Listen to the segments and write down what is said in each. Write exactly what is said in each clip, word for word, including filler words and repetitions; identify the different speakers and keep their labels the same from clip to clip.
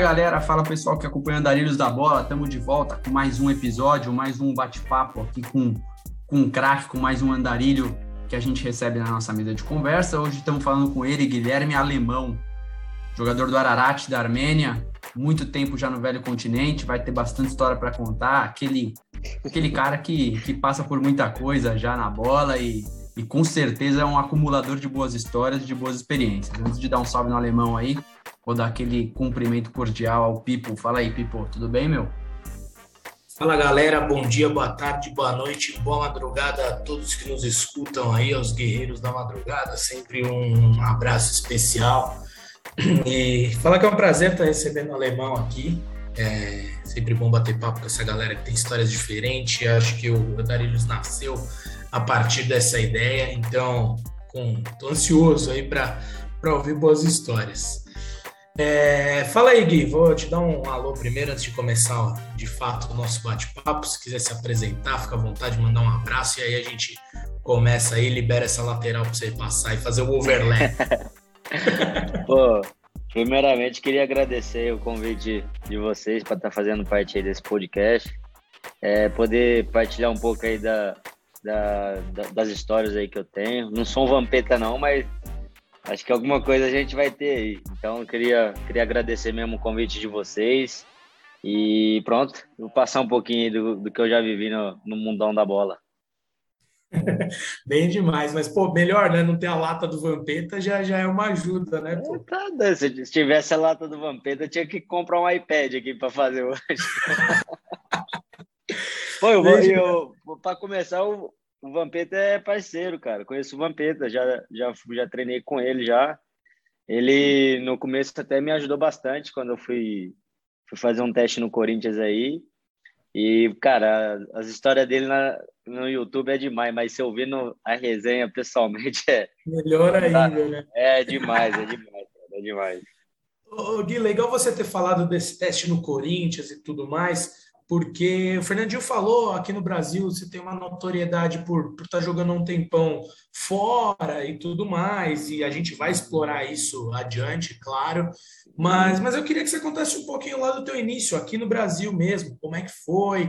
Speaker 1: galera, fala pessoal que acompanha Andarilhos da Bola, estamos de volta com mais um episódio, mais um bate-papo aqui com, com um craque, com mais um andarilho que a gente recebe na nossa mesa de conversa. Hoje estamos falando com ele, Guilherme Alemão, jogador do Ararat da Armênia, muito tempo já no Velho Continente, vai ter bastante história para contar, aquele, aquele cara que, que passa por muita coisa já na bola e, e com certeza é um acumulador de boas histórias, de boas experiências. Antes de dar um salve no Alemão aí, vou dar aquele cumprimento cordial ao Pipo. Fala aí, Pipo, tudo bem, meu?
Speaker 2: Fala, galera, bom dia, boa tarde, boa noite, boa madrugada a todos que nos escutam aí, aos guerreiros da madrugada, sempre um abraço especial. E falar que é um prazer estar recebendo o Alemão aqui, é sempre bom bater papo com essa galera que tem histórias diferentes. Acho que o Andarilhos nasceu a partir dessa ideia, então estou ansioso aí para ouvir boas histórias. É, fala aí, Gui, vou te dar um alô primeiro antes de começar ó, de fato o nosso bate-papo. Se quiser se apresentar, fica à vontade de mandar um abraço e aí a gente começa aí, libera essa lateral para você passar e fazer o overlap.
Speaker 3: Pô, primeiramente queria agradecer o convite de vocês para estar fazendo parte aí desse podcast, é, poder partilhar um pouco aí da, da, da, das histórias aí que eu tenho. Não sou um vampeta não, mas acho que alguma coisa a gente vai ter aí. Então eu queria, queria agradecer mesmo o convite de vocês e pronto, vou passar um pouquinho do, do que eu já vivi no, no mundão da bola.
Speaker 2: Bem demais, mas pô, melhor, né? Não ter a lata do Vampeta já, já é uma ajuda, né? Pô?
Speaker 3: É, tá, se tivesse a lata do Vampeta, eu tinha que comprar um iPad aqui para fazer hoje. Pô, eu vou, eu, para começar, o, o Vampeta é parceiro, cara. Conheço o Vampeta, já, já, já treinei com ele já. Ele, no começo, até me ajudou bastante quando eu fui, fui fazer um teste no Corinthians aí. E, cara, as histórias dele na, no YouTube é demais, mas se eu ouvir no, a resenha pessoalmente é...
Speaker 2: Melhor ainda, né?
Speaker 3: É demais, é demais, cara, é demais.
Speaker 2: Ô, Gui, legal você ter falado desse teste no Corinthians e tudo mais, porque o Fernandinho falou, aqui no Brasil você tem uma notoriedade por, por estar jogando um tempão fora e tudo mais, e a gente vai explorar isso adiante, claro, mas, mas eu queria que você contasse um pouquinho lá do teu início, aqui no Brasil mesmo, como é que foi,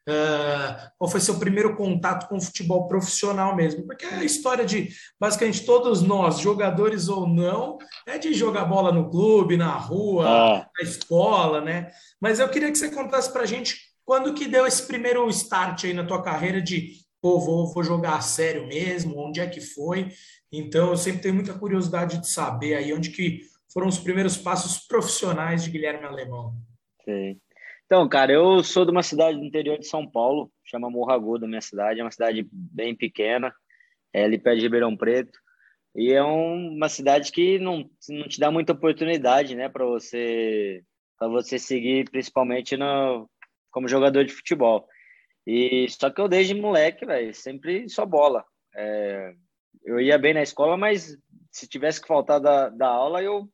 Speaker 2: uh, qual foi seu primeiro contato com o futebol profissional mesmo, porque a história de, basicamente, todos nós, jogadores ou não, é de jogar bola no clube, na rua,
Speaker 3: Ah.
Speaker 2: na escola, né? Mas eu queria que você contasse pra gente quando que deu esse primeiro start aí na tua carreira de, pô, vou, vou jogar a sério mesmo, onde é que foi? Então, eu sempre tenho muita curiosidade de saber aí onde que foram os primeiros passos profissionais de Guilherme Alemão.
Speaker 3: Sim. Então, cara, eu sou de uma cidade do interior de São Paulo, chama Morro Agudo, minha cidade, é uma cidade bem pequena, é ali perto de Ribeirão Preto, e é um, uma cidade que não, não te dá muita oportunidade, né, para você, para você seguir, principalmente no, como jogador de futebol. E só que eu desde moleque, velho, sempre só bola. É, eu ia bem na escola, mas se tivesse que faltar da, da aula, eu,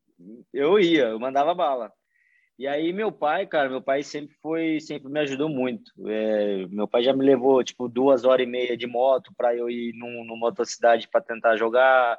Speaker 3: eu ia, eu mandava bala. E aí meu pai, cara, meu pai sempre foi, sempre me ajudou muito. É, meu pai já me levou, tipo, duas horas e meia de moto para eu ir num, numa outra cidade para tentar jogar.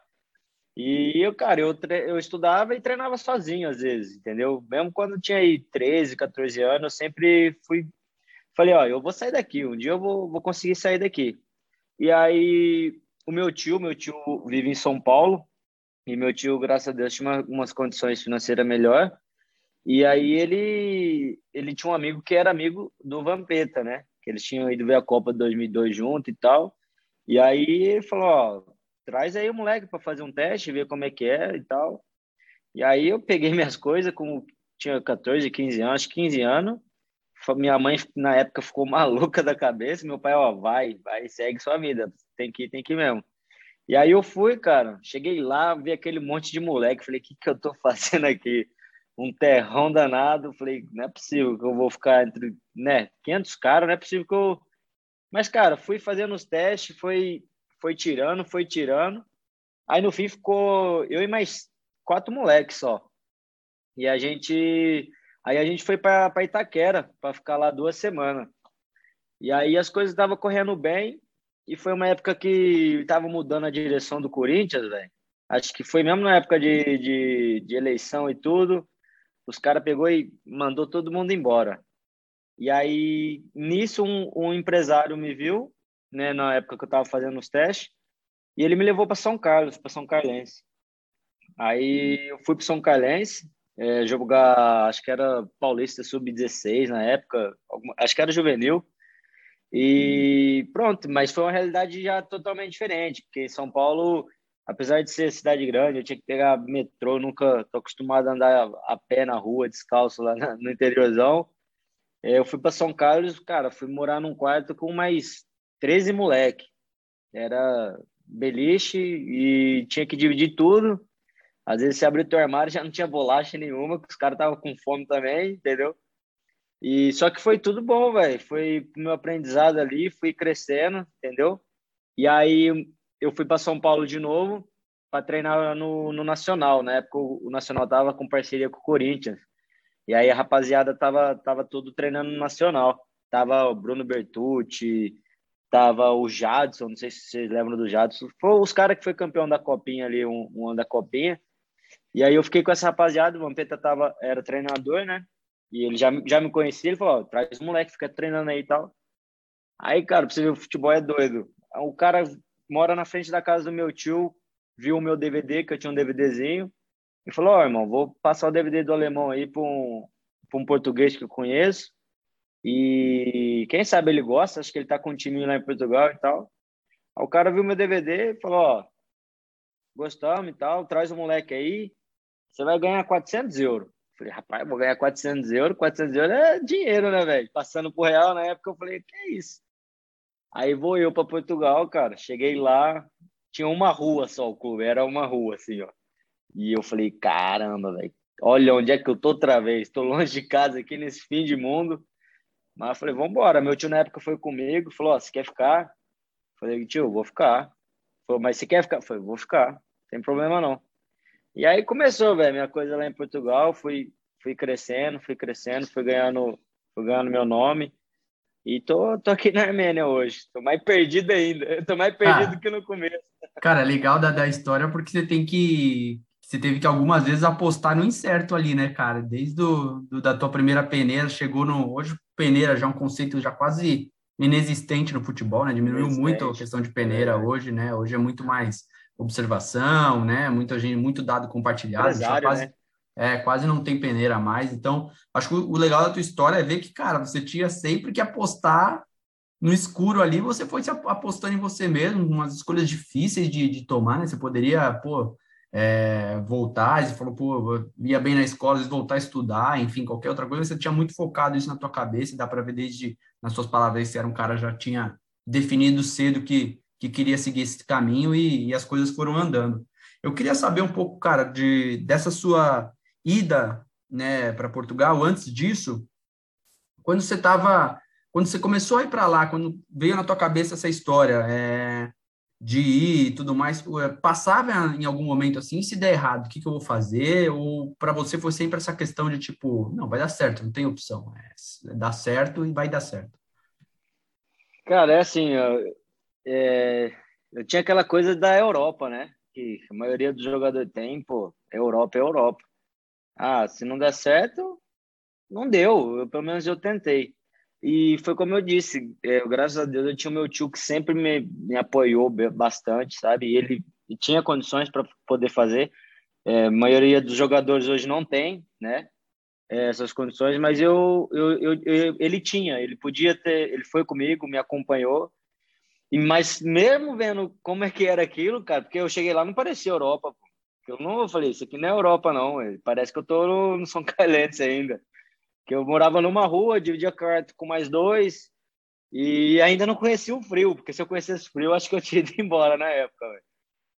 Speaker 3: E eu, cara, eu, tre... eu estudava e treinava sozinho às vezes, entendeu? Mesmo quando eu tinha aí treze, quatorze anos, eu sempre fui, falei, ó, eu vou sair daqui, um dia eu vou, vou conseguir sair daqui. E aí o meu tio, meu tio vive em São Paulo, e meu tio, graças a Deus, tinha uma, umas condições financeiras melhor. E aí ele, ele tinha um amigo que era amigo do Vampeta, né? Que eles tinham ido ver a Copa de dois mil e dois junto e tal. E aí ele falou, ó, traz aí o moleque para fazer um teste, ver como é que é e tal. E aí eu peguei minhas coisas, como tinha quatorze, quinze anos, acho que quinze anos. Minha mãe, na época, ficou maluca da cabeça. Meu pai, ó, vai, vai, segue sua vida. Tem que ir, tem que ir mesmo. E aí eu fui, cara. Cheguei lá, vi aquele monte de moleque. Falei, o que que eu tô fazendo aqui? Um terrão danado. Falei, não é possível que eu vou ficar entre, né, quinhentos caras, não é possível que eu... Mas, cara, fui fazendo os testes, foi, foi tirando, foi tirando. Aí, no fim, ficou eu e mais quatro moleques só. E a gente... Aí a gente foi para Itaquera, para ficar lá duas semanas. E aí as coisas estavam correndo bem, e foi uma época que estava mudando a direção do Corinthians, velho. Acho que foi mesmo na época de, de, de eleição e tudo. os caras pegou e mandou todo mundo embora. E aí, nisso, um, um empresário me viu, né, na época que eu estava fazendo os testes, e ele me levou para São Carlos, para São Carlense. Aí eu fui para São Carlense, é, jogar, acho que era Paulista sub dezesseis na época, alguma, acho que era juvenil. E pronto, mas foi uma realidade já totalmente diferente, porque em São Paulo, apesar de ser cidade grande, eu tinha que pegar metrô, nunca tô acostumado a andar a pé na rua, descalço lá no interiorzão. Eu fui para São Carlos, cara, fui morar num quarto com mais treze moleque. Era beliche e tinha que dividir tudo. Às vezes você abriu o teu armário já não tinha bolacha nenhuma, porque os caras estavam com fome também, entendeu? E só que foi tudo bom, velho. Foi o meu aprendizado ali, fui crescendo, entendeu? E aí eu fui para São Paulo de novo para treinar no, no Nacional. Na época o, o Nacional tava com parceria com o Corinthians. E aí a rapaziada tava, tava tudo treinando no Nacional. Tava o Bruno Bertucci, tava o Jadson, não sei se vocês lembram do Jadson. Foi os caras que foi campeão da Copinha ali, um, um ano da Copinha. E aí eu fiquei com essa rapaziada, o Vampeta tava, era treinador, né? E ele já, já me conhecia, ele falou, ó, traz o moleque, fica treinando aí e tal. Aí, cara, pra você ver, o futebol é doido. O cara mora na frente da casa do meu tio, viu o meu D V D, que eu tinha um DVDzinho, e falou, ó, irmão, vou passar o D V D do alemão aí pra um, pra um português que eu conheço, e quem sabe ele gosta, acho que ele tá com um time lá em Portugal e tal. Aí o cara viu meu D V D e falou, ó, gostamos e tal, traz o moleque aí, você vai ganhar quatrocentos euros. Falei, rapaz, eu vou ganhar quatrocentos euros, quatrocentos euros é dinheiro, né, velho? Passando por real, na época eu falei, que é isso? Aí vou eu para Portugal, cara, cheguei lá, tinha uma rua só o clube, era uma rua, assim, ó. E eu falei, caramba, velho, olha onde é que eu tô outra vez, tô longe de casa aqui nesse fim de mundo. Mas eu falei, vambora. Meu tio na época foi comigo, falou, ó, você quer ficar? Falei, tio, vou ficar. Falou, mas você quer ficar? Falei, vou ficar, não tem problema não. E aí começou, velho, minha coisa lá em Portugal, fui, fui crescendo, fui crescendo, fui ganhando, fui ganhando meu nome. E tô, tô aqui na Armênia hoje. Tô mais perdido ainda. Tô mais perdido
Speaker 1: Cara,
Speaker 3: que no começo.
Speaker 1: cara, legal da, da história porque você tem que. Você teve que algumas vezes apostar no incerto ali, né, cara? Desde do, do- da tua primeira peneira, chegou no. Hoje, peneira já é um conceito já quase inexistente no futebol, né? Diminuiu muito a
Speaker 3: Inexistente,
Speaker 1: questão de
Speaker 3: é
Speaker 1: peneira
Speaker 3: verdade.
Speaker 1: hoje, né? Hoje é muito mais observação, né? Muita gente, muito dado compartilhado, já
Speaker 3: Empresário,
Speaker 1: quase.
Speaker 3: né?
Speaker 1: É, quase não tem peneira mais. Então, acho que o o legal da tua história é ver que, cara, você tinha sempre que apostar no escuro ali, você foi se ap- apostando em você mesmo, umas escolhas difíceis de, de tomar, né? Você poderia, pô, é, voltar, você falou, pô, eu ia bem na escola, às vezes voltar a estudar, enfim, qualquer outra coisa, você tinha muito focado isso na tua cabeça, e dá para ver desde, nas suas palavras, você era um cara que já tinha definido cedo que, que queria seguir esse caminho e, e as coisas foram andando. Eu queria saber um pouco, cara, de, dessa sua ida, né, para Portugal, antes disso, quando você estava, quando você começou a ir para lá, quando veio na tua cabeça essa história é, de ir e tudo mais, é, passava em algum momento assim, se der errado, o que que eu vou fazer? Ou para você foi sempre essa questão de tipo, não, vai dar certo, não tem opção, é, dá certo e vai dar certo.
Speaker 3: Cara, é assim, ó, é, eu tinha aquela coisa da Europa, né? Que a maioria dos jogadores tem, pô, Europa é Europa. Ah, se não der certo, não deu. Eu, pelo menos eu tentei. E foi como eu disse, é, graças a Deus eu tinha o meu tio que sempre me, me apoiou be- bastante, sabe? E ele e tinha condições para poder fazer. É, a maioria dos jogadores hoje não tem, né? É, essas condições, mas eu, eu, eu, eu- ele tinha, ele podia ter, ele foi comigo, me acompanhou. E mas mesmo vendo como é que era aquilo, cara, porque eu cheguei lá não parecia Europa, pô. Eu não eu falei, isso aqui não é Europa não, é, parece que eu tô no, no São Carlense ainda. Que eu morava numa rua, dividia quarto com mais dois e ainda não conhecia o frio, porque se eu conhecesse o frio, acho que eu tinha ido embora na época, velho.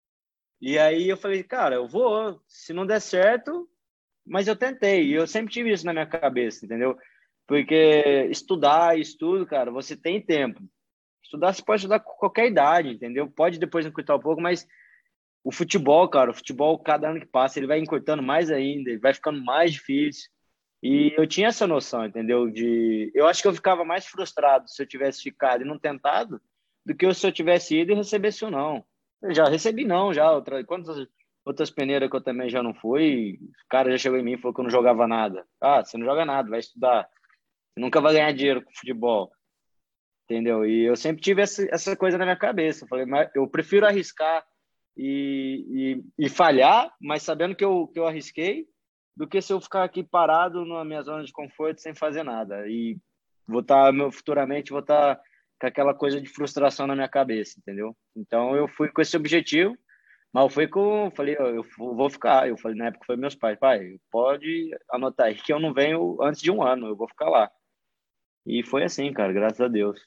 Speaker 3: E aí eu falei, cara, eu vou, se não der certo, mas eu tentei. E eu sempre tive isso na minha cabeça, entendeu? Porque estudar, estudo, cara, você tem tempo. Estudar, você pode estudar com qualquer idade, entendeu? Pode depois encurtar um pouco, mas o futebol, cara, o futebol, cada ano que passa, ele vai encurtando mais ainda, ele vai ficando mais difícil. E eu tinha essa noção, entendeu? De, eu acho que eu ficava mais frustrado se eu tivesse ficado e não tentado do que se eu tivesse ido e recebesse o não. Eu já recebi não, já. Outra, quantas outras peneiras que eu também já não fui, o cara já chegou em mim e falou que eu não jogava nada. Ah, você não joga nada, vai estudar. Você nunca vai ganhar dinheiro com futebol, entendeu? E eu sempre tive essa, essa coisa na minha cabeça. Eu falei, mas eu prefiro arriscar e, e, e falhar, mas sabendo que eu, que eu arrisquei, do que se eu ficar aqui parado na minha zona de conforto sem fazer nada. E vou estar, futuramente, vou estar com aquela coisa de frustração na minha cabeça, entendeu? Então, eu fui com esse objetivo, mas eu fui com... Falei, eu, eu vou ficar. Eu falei, na época, foi meus pais. Pai, pode anotar aí que eu não venho antes de um ano, eu vou ficar lá. E foi assim, cara, graças a Deus.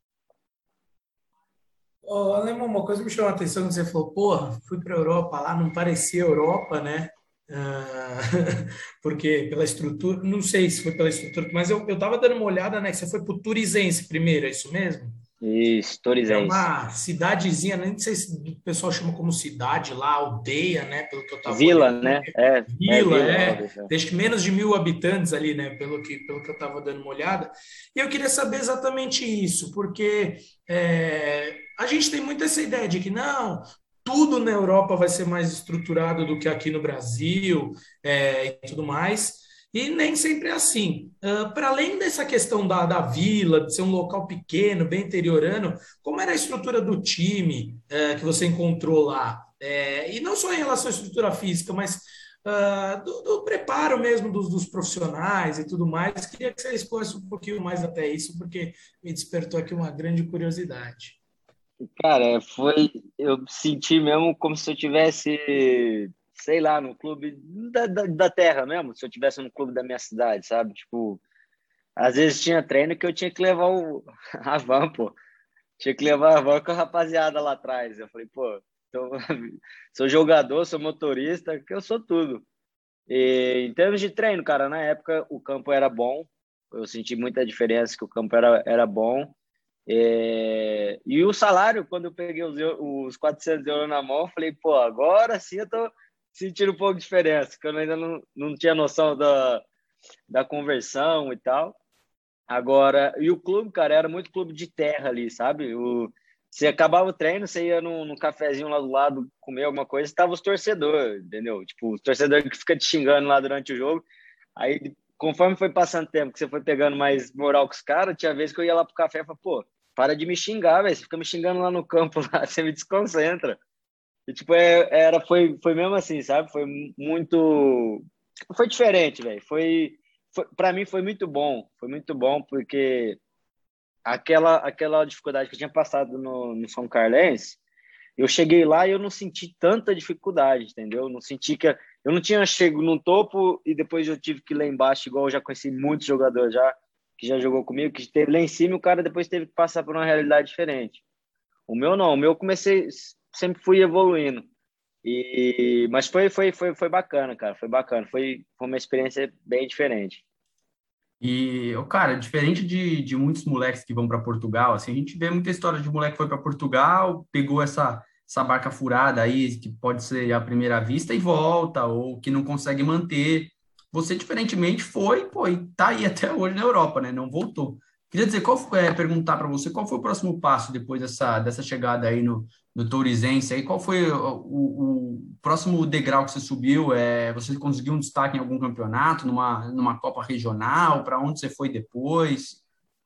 Speaker 2: Ô, Alemão, uma coisa me chamou a atenção quando você falou, porra, fui para a Europa lá, não parecia Europa, né? Ah, porque pela estrutura, não sei se foi pela estrutura, mas eu, eu tava dando uma olhada, né? Que você foi pro Turizense primeiro, é isso mesmo?
Speaker 3: Isso,
Speaker 2: É
Speaker 3: Torizense.
Speaker 2: uma cidadezinha, nem sei se o pessoal chama como cidade lá, aldeia, né? Pelo que eu tava
Speaker 3: Vila,
Speaker 2: olhando.
Speaker 3: né? É, é
Speaker 2: Vila,
Speaker 3: Vila.
Speaker 2: é.
Speaker 3: Óbvio.
Speaker 2: Acho que menos de mil habitantes ali, né? Pelo que, pelo que eu estava dando uma olhada. E eu queria saber exatamente isso, porque é, a gente tem muito essa ideia de que não, tudo na Europa vai ser mais estruturado do que aqui no Brasil, é, e tudo mais. E nem sempre é assim. Uh, para além dessa questão da, da vila, de ser um local pequeno, bem interiorano, como era a estrutura do time uh, que você encontrou lá? É, e não só em relação à estrutura física, mas uh, do, do preparo mesmo dos, dos profissionais e tudo mais. Queria que você explorasse um pouquinho mais até isso, porque me despertou aqui uma grande curiosidade.
Speaker 3: Cara, foi. Eu senti mesmo como se eu tivesse, sei lá, no clube da, da, da terra mesmo, se eu tivesse no clube da minha cidade, sabe? Tipo, às vezes tinha treino que eu tinha que levar o, a van, pô. Tinha que levar a van com a rapaziada lá atrás. Eu falei, pô, então, sou jogador, sou motorista, que eu sou tudo. E em termos de treino, cara, na época o campo era bom. Eu senti muita diferença, que o campo era, era bom. É, e o salário, quando eu peguei os, os quatrocentos euros na mão, eu falei, pô, agora sim eu tô sentindo um pouco de diferença, porque eu ainda não, não tinha noção da, da conversão e tal. Agora, e o clube, cara, era muito clube de terra ali, sabe? O, você acabava o treino, você ia num, num cafezinho lá do lado comer alguma coisa, estava os torcedores, entendeu? Tipo, os torcedores que ficam te xingando lá durante o jogo. Aí, conforme foi passando o tempo, que você foi pegando mais moral com os caras, tinha vezes que eu ia lá pro café e falava, pô, para de me xingar, velho. Você fica me xingando lá no campo, lá, você me desconcentra. E, tipo, é, era, foi, foi mesmo assim, sabe? Foi muito... Foi diferente, velho. Foi, foi, para mim foi muito bom. Foi muito bom porque aquela, aquela dificuldade que eu tinha passado no, no São Carlense, eu cheguei lá e eu não senti tanta dificuldade, entendeu? Eu não senti que... Eu não tinha chego no topo e depois eu tive que ir lá embaixo, igual eu já conheci muitos jogadores já, que já jogou comigo, que esteve lá em cima e o cara depois teve que passar por uma realidade diferente. O meu não, o meu eu comecei, sempre fui evoluindo. E, mas foi, foi, foi, foi bacana, cara, foi bacana, foi, foi uma experiência bem diferente.
Speaker 1: E, ô, cara, diferente de, de muitos moleques que vão para Portugal, assim, a gente vê muita história de moleque que foi para Portugal, pegou essa, essa barca furada aí, que pode ser à primeira vista, e volta, ou que não consegue manter. Você, diferentemente, foi, pô, e tá aí até hoje na Europa, né? Não voltou. Queria dizer, qual foi, é, perguntar para você qual foi o próximo passo depois dessa, dessa chegada aí no, no Tourizense, aí qual foi o, o, o próximo degrau que você subiu? É, você conseguiu um destaque em algum campeonato, numa, numa Copa regional? Para onde você foi depois?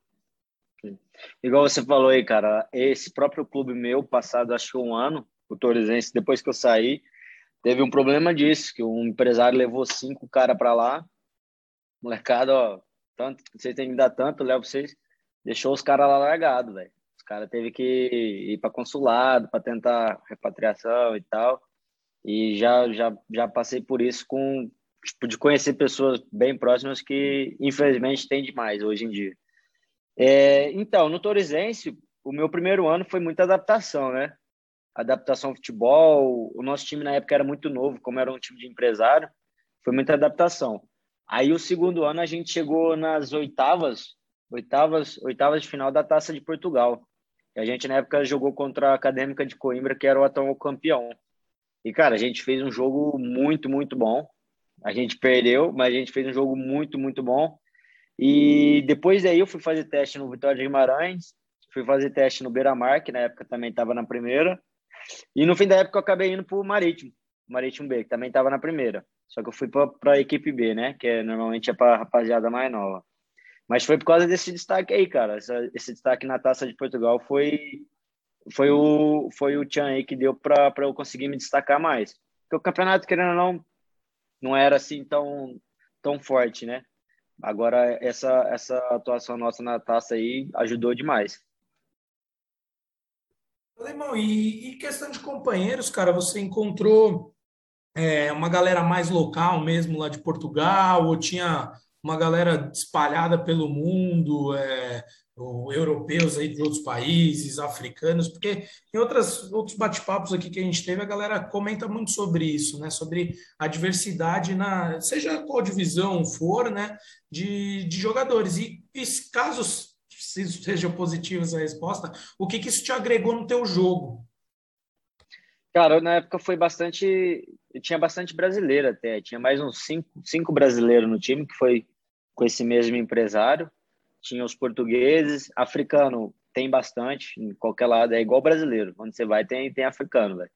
Speaker 3: Igual você falou aí, cara, esse próprio clube meu, passado acho que um ano, o Tourizense, depois que eu saí, teve um problema disso, que um empresário levou cinco caras para lá, molecada, ó, tanto, vocês têm que me dar tanto, eu levo vocês, deixou os caras lá largados, velho. Os caras teve que ir para consulado para tentar repatriação e tal. E já, já, já passei por isso com, tipo, de conhecer pessoas bem próximas que, infelizmente, tem demais hoje em dia. É, então, no Tourizense, o meu primeiro ano foi muita adaptação, né? Adaptação ao futebol, o nosso time na época era muito novo, como era um time de empresário, foi muita adaptação. Aí o segundo ano a gente chegou nas oitavas, oitavas, oitavas de final da Taça de Portugal. E a gente na época jogou contra a Académica de Coimbra, que era o atual campeão. E, cara, a gente fez um jogo muito, muito bom. A gente perdeu, mas a gente fez um jogo muito, muito bom. E depois daí eu fui fazer teste no Vitória de Guimarães, fui fazer teste no Beira-Mar, que na época também estava na primeira. E no fim da época eu acabei indo para o Marítimo. Marítimo B, que também estava na primeira. Só que eu fui para a equipe B, né? Que é, normalmente é para rapaziada mais nova. Mas foi por causa desse destaque aí, cara. Essa, esse destaque na Taça de Portugal foi, foi, o, foi o tchan aí que deu para eu conseguir me destacar mais. Porque o campeonato, querendo ou não, não era assim tão, tão forte, né? Agora, essa, essa atuação nossa na Taça aí ajudou demais.
Speaker 2: Alemão, e, e questão de companheiros, cara, você encontrou é, uma galera mais local mesmo lá de Portugal, ou tinha uma galera espalhada pelo mundo, é, ou europeus aí de outros países, africanos, porque em outras, outros bate-papos aqui que a gente teve, a galera comenta muito sobre isso, né? Sobre a diversidade na, seja qual divisão for, né? De, de jogadores. E, e caso seja positiva essa resposta, o que, que isso te agregou no teu jogo?
Speaker 3: Cara, na época foi bastante. Eu tinha bastante brasileiro até. Tinha mais uns cinco, cinco brasileiros no time, que foi com esse mesmo empresário. Tinha os portugueses, africano tem bastante, em qualquer lado, é igual brasileiro. Onde você vai, tem, tem africano, velho.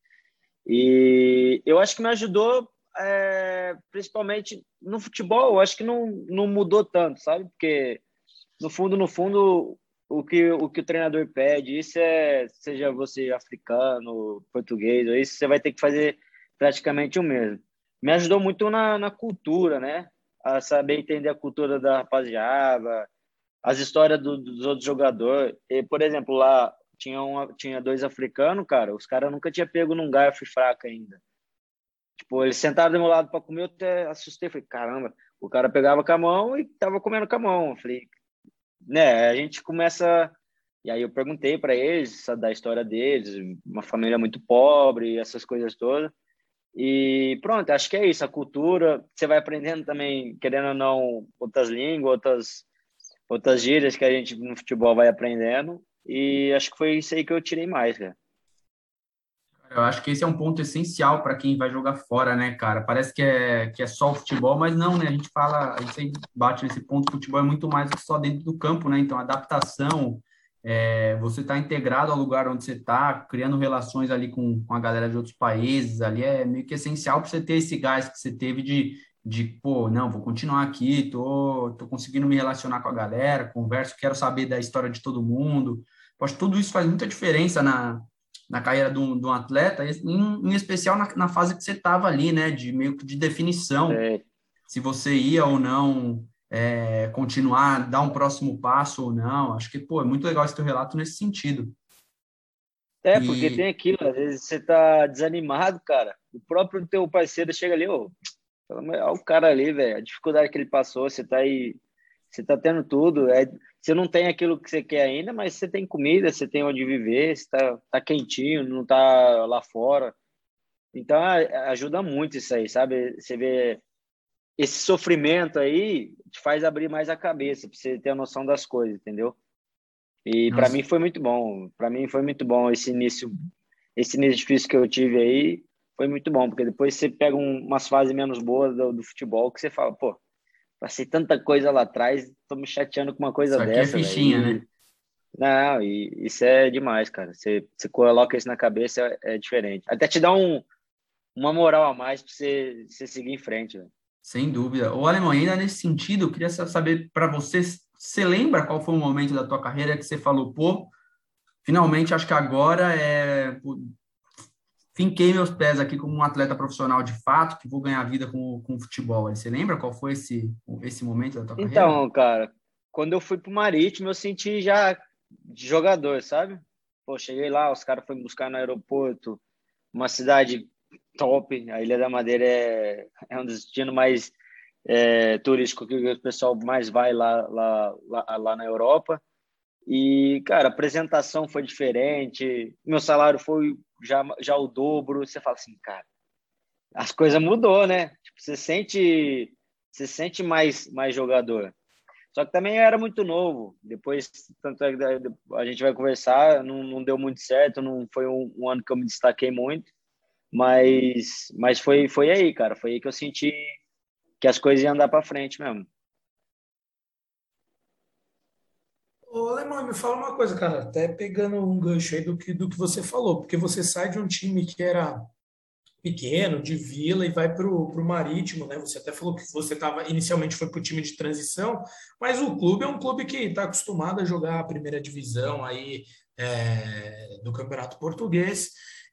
Speaker 3: E eu acho que me ajudou, é, principalmente no futebol. Eu acho que não, não mudou tanto, sabe? Porque, no fundo, no fundo, o que o, que o treinador pede, isso é, seja você africano, português, isso você vai ter que fazer praticamente o mesmo. Me ajudou muito na, na cultura, né? A saber entender a cultura da rapaziada, as histórias do, dos outros jogadores. E, por exemplo, lá tinha, uma, tinha dois africanos, cara, os caras nunca tinham pego num garfo fraco ainda. Tipo, eles sentaram do meu lado para comer, eu até assustei. Falei, caramba, o cara pegava com a mão e tava comendo com a mão. Eu falei, né, a gente começa. E aí eu perguntei para eles da história deles, uma família muito pobre, essas coisas todas. E pronto, acho que é isso, a cultura. Você vai aprendendo também, querendo ou não, outras línguas, outras, outras gírias que a gente no futebol vai aprendendo. E acho que foi isso aí que eu tirei mais, cara.
Speaker 1: Eu acho que esse é um ponto essencial para quem vai jogar fora, né, cara? Parece que é, que é só o futebol, mas não, né? A gente fala, a gente sempre bate nesse ponto, o futebol é muito mais do que só dentro do campo, né? Então, adaptação, é, você está integrado ao lugar onde você está, criando relações ali com, com a galera de outros países, ali é meio que essencial para você ter esse gás que você teve de, de, pô, não, vou continuar aqui, tô, tô conseguindo me relacionar com a galera, converso, quero saber da história de todo mundo. Poxa, tudo isso faz muita diferença na na carreira de um, de um atleta, em, em especial na, na fase que você estava ali, né, de meio que de definição,
Speaker 3: É,
Speaker 1: se você ia ou não é, continuar, dar um próximo passo ou não. Acho que, pô, é muito legal esse teu relato nesse sentido.
Speaker 3: é, porque tem
Speaker 1: E,
Speaker 3: aquilo, às vezes você tá desanimado, cara. O próprio teu parceiro chega ali, ô, olha o cara ali, velho, a dificuldade que ele passou, você tá aí, você tá tendo tudo. É, você não tem aquilo que você quer ainda, mas você tem comida, você tem onde viver, você tá, tá quentinho, não tá lá fora. Então a- ajuda muito isso aí, sabe? Você vê esse sofrimento aí te faz abrir mais a cabeça, pra você ter a noção das coisas, entendeu? E para mim
Speaker 1: nossa,
Speaker 3: foi muito bom. Para mim foi muito bom esse início, esse início difícil que eu tive aí, foi muito bom, porque depois você pega um, umas fases menos boas do, do futebol que você fala, pô, passei tanta coisa lá atrás, tô me chateando com uma coisa
Speaker 1: isso aqui é
Speaker 3: dessa, velho.
Speaker 1: fichinha,
Speaker 3: E
Speaker 1: né?
Speaker 3: não, e isso é demais, cara. Você, você coloca isso na cabeça, é, é diferente. Até te dá um, uma moral a mais pra você, você seguir em frente, velho.
Speaker 1: Sem dúvida. Ô, Alemão, ainda nesse sentido, eu queria sa- saber para você, você lembra qual foi o momento da tua carreira que você falou, pô, finalmente acho que agora é finquei meus pés aqui como um atleta profissional de fato, que vou ganhar vida com, com o futebol. Aí você lembra qual foi esse, esse momento da tua carreira?
Speaker 3: Então, cara, quando eu fui pro Marítimo, eu senti já de jogador, sabe? Pô, cheguei lá, os caras foram me buscar no aeroporto, uma cidade top. A Ilha da Madeira é, é um dos destinos mais é, turísticos que o pessoal mais vai lá, lá, lá, lá na Europa. E, cara, a apresentação foi diferente, meu salário foi já, já o dobro. Você fala assim, cara, as coisas mudou, né? Tipo, você sente, você sente mais, mais jogador. Só que também eu era muito novo. Depois, tanto é que a gente vai conversar, não, não deu muito certo, não foi um, um ano que eu me destaquei muito, mas, mas foi, foi aí, cara. Foi aí que eu senti que as coisas iam andar para frente mesmo.
Speaker 2: Ô, Alemão, me fala uma coisa, cara, até pegando um gancho aí do que, do que você falou, porque você sai de um time que era pequeno, de vila, e vai para o Marítimo, né? Você até falou que você estava inicialmente foi para o time de transição, mas o clube é um clube que está acostumado a jogar a primeira divisão aí é, do Campeonato Português.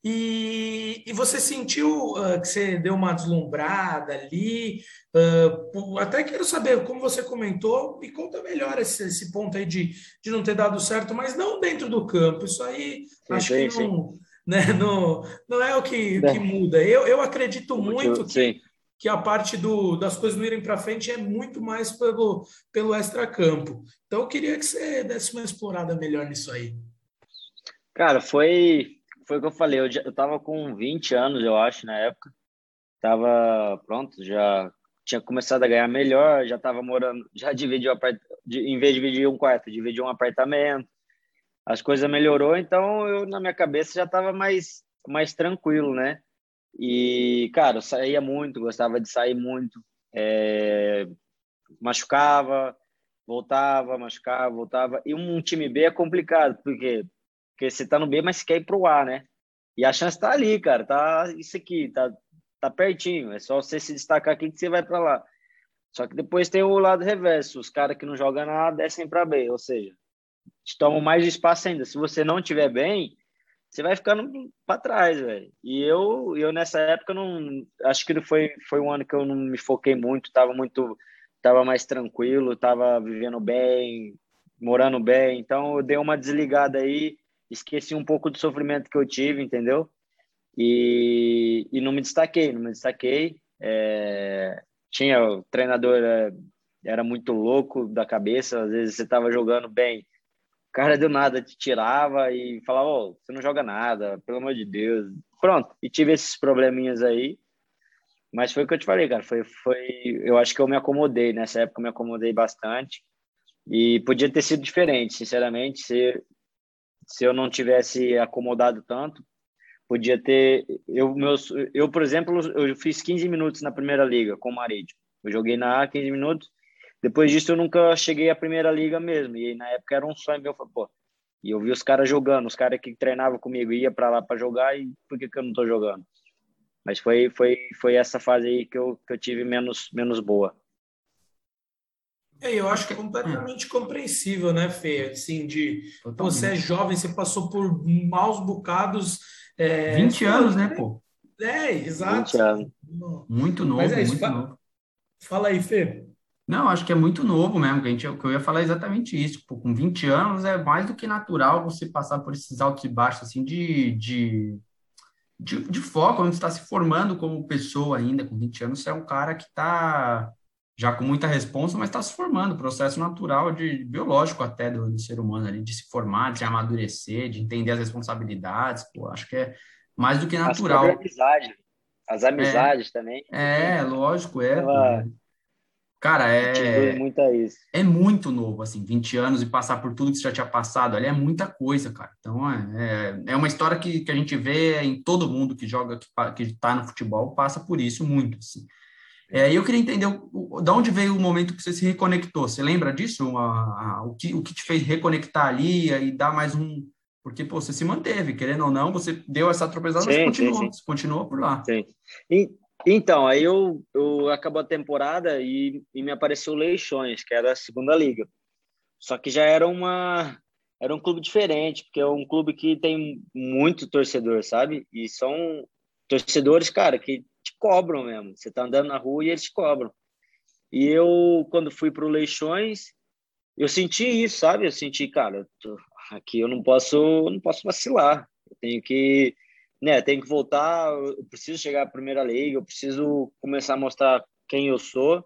Speaker 2: E, e você sentiu uh, que você deu uma deslumbrada ali? Uh, até quero saber, como você comentou, me conta melhor esse, esse ponto aí de, de não ter dado certo, mas não dentro do campo. Isso aí
Speaker 3: Sim,
Speaker 2: acho que
Speaker 3: sim, sim.
Speaker 2: não, né, não, não é o que, que
Speaker 3: É,
Speaker 2: muda. Eu, eu acredito
Speaker 3: o motivo,
Speaker 2: muito que,
Speaker 3: sim.
Speaker 2: que a parte do, das coisas não irem para frente é muito mais pelo, pelo extracampo. Então eu queria que você desse uma explorada melhor nisso aí.
Speaker 3: Cara, foi, foi o que eu falei. Eu, já, eu tava com vinte anos, eu acho, na época. Tava pronto, já tinha começado a ganhar melhor, já tava morando, já dividi o apart... em vez de dividir um quarto, dividi um apartamento. As coisas melhorou, então eu na minha cabeça já tava mais mais tranquilo, né? E, cara, eu saía muito, gostava de sair muito, é... machucava, voltava, machucava, voltava. E um time B é complicado, porque porque você tá no B, mas você quer ir pro A, né? E a chance tá ali, cara, tá isso aqui, tá tá pertinho, é só você se destacar aqui que você vai para lá. Só que depois tem o lado reverso, os caras que não jogam nada descem para B, ou seja, te tomam mais espaço ainda. Se você não tiver bem, você vai ficando para trás, velho. E eu, eu nessa época não, acho que foi foi um ano que eu não me foquei muito, tava muito, tava mais tranquilo, tava vivendo bem, morando bem. Então eu dei uma desligada aí, esqueci um pouco do sofrimento que eu tive, entendeu? E, e não me destaquei, não me destaquei. É, tinha o treinador era, era muito louco da cabeça, às vezes você estava jogando bem, o cara do nada te tirava e falava, oh, você não joga nada, pelo amor de Deus. Pronto, e tive esses probleminhas aí, mas foi o que eu te falei, cara, foi, foi, eu acho que eu me acomodei, nessa época eu me acomodei bastante, e podia ter sido diferente, sinceramente, se, se eu não tivesse acomodado tanto, podia ter. Eu, meus, eu, por exemplo, eu fiz quinze minutos na primeira liga com o Marítimo. Eu joguei na A quinze minutos. Depois disso, eu nunca cheguei à primeira liga mesmo. E aí, na época era um sonho meu. Eu falei, pô, e eu vi os caras jogando, os caras que treinavam comigo, ia para lá para jogar, e por que, que eu não tô jogando? Mas foi, foi, foi essa fase aí que eu, que eu tive menos, menos boa.
Speaker 2: É, eu
Speaker 1: Acho
Speaker 2: acho
Speaker 1: que é, é,
Speaker 2: completamente compreensível, né, Fê? Assim, de pô, você é
Speaker 1: totalmente.
Speaker 2: jovem, você passou por maus bocados. É, você
Speaker 1: vinte
Speaker 2: falou,
Speaker 1: anos,
Speaker 2: não
Speaker 1: né,
Speaker 2: tem-
Speaker 1: pô?
Speaker 2: é,
Speaker 3: vinte
Speaker 2: exato.
Speaker 3: anos.
Speaker 2: Não.
Speaker 1: Muito
Speaker 2: Mas
Speaker 1: novo,
Speaker 2: é isso.
Speaker 1: muito
Speaker 2: Fa-
Speaker 1: novo.
Speaker 2: Fala aí, Fê.
Speaker 1: Não, acho que é muito novo mesmo, que, a gente, que eu ia falar exatamente isso. Pô, com vinte anos é mais do que natural você passar por esses altos e baixos, assim, de, de, de, de foco, quando você está se formando como pessoa ainda, com vinte anos, você é um cara que está já com muita responsa, mas está se formando, processo natural, de biológico até do, do ser humano ali, de se formar, de se amadurecer, de entender as responsabilidades, pô, acho que é mais do que
Speaker 3: As próprias
Speaker 1: natural.
Speaker 3: amizades. As
Speaker 1: É,
Speaker 3: amizades também, tem,
Speaker 1: é, lógico, é, pô.
Speaker 3: ela
Speaker 1: Cara,
Speaker 3: te induz
Speaker 1: é,
Speaker 3: muito a isso.
Speaker 1: é muito novo, assim, vinte anos e passar por tudo que você já tinha passado ali é muita coisa, cara. Então, é, é é uma história que, que a gente vê em todo mundo que joga, que, pa- que tá no futebol, passa por isso muito, assim. É, e eu queria entender o, o, de onde veio o momento que você se reconectou. Você lembra disso? A- a- o que, o que te fez reconectar ali e dar mais um... Porque, pô, você se manteve, querendo ou não, você deu essa tropeçada, mas você
Speaker 3: Sim, sim,
Speaker 1: continuou,
Speaker 3: sim.
Speaker 1: você continuou por lá.
Speaker 3: Sim. E, então, aí eu, eu acabou a temporada e, e me apareceu o Leixões, que era a segunda liga. Só que já era uma era um clube diferente, porque é um clube que tem muito torcedor, sabe? E são torcedores, cara, que te cobram mesmo. Você tá andando na rua e eles te cobram. E eu, quando fui para o Leixões, eu senti isso, sabe? Eu senti, cara, eu tô- aqui eu não posso, não posso vacilar. Eu tenho que, né, tenho que voltar, eu preciso chegar à primeira liga, eu preciso começar a mostrar quem eu sou.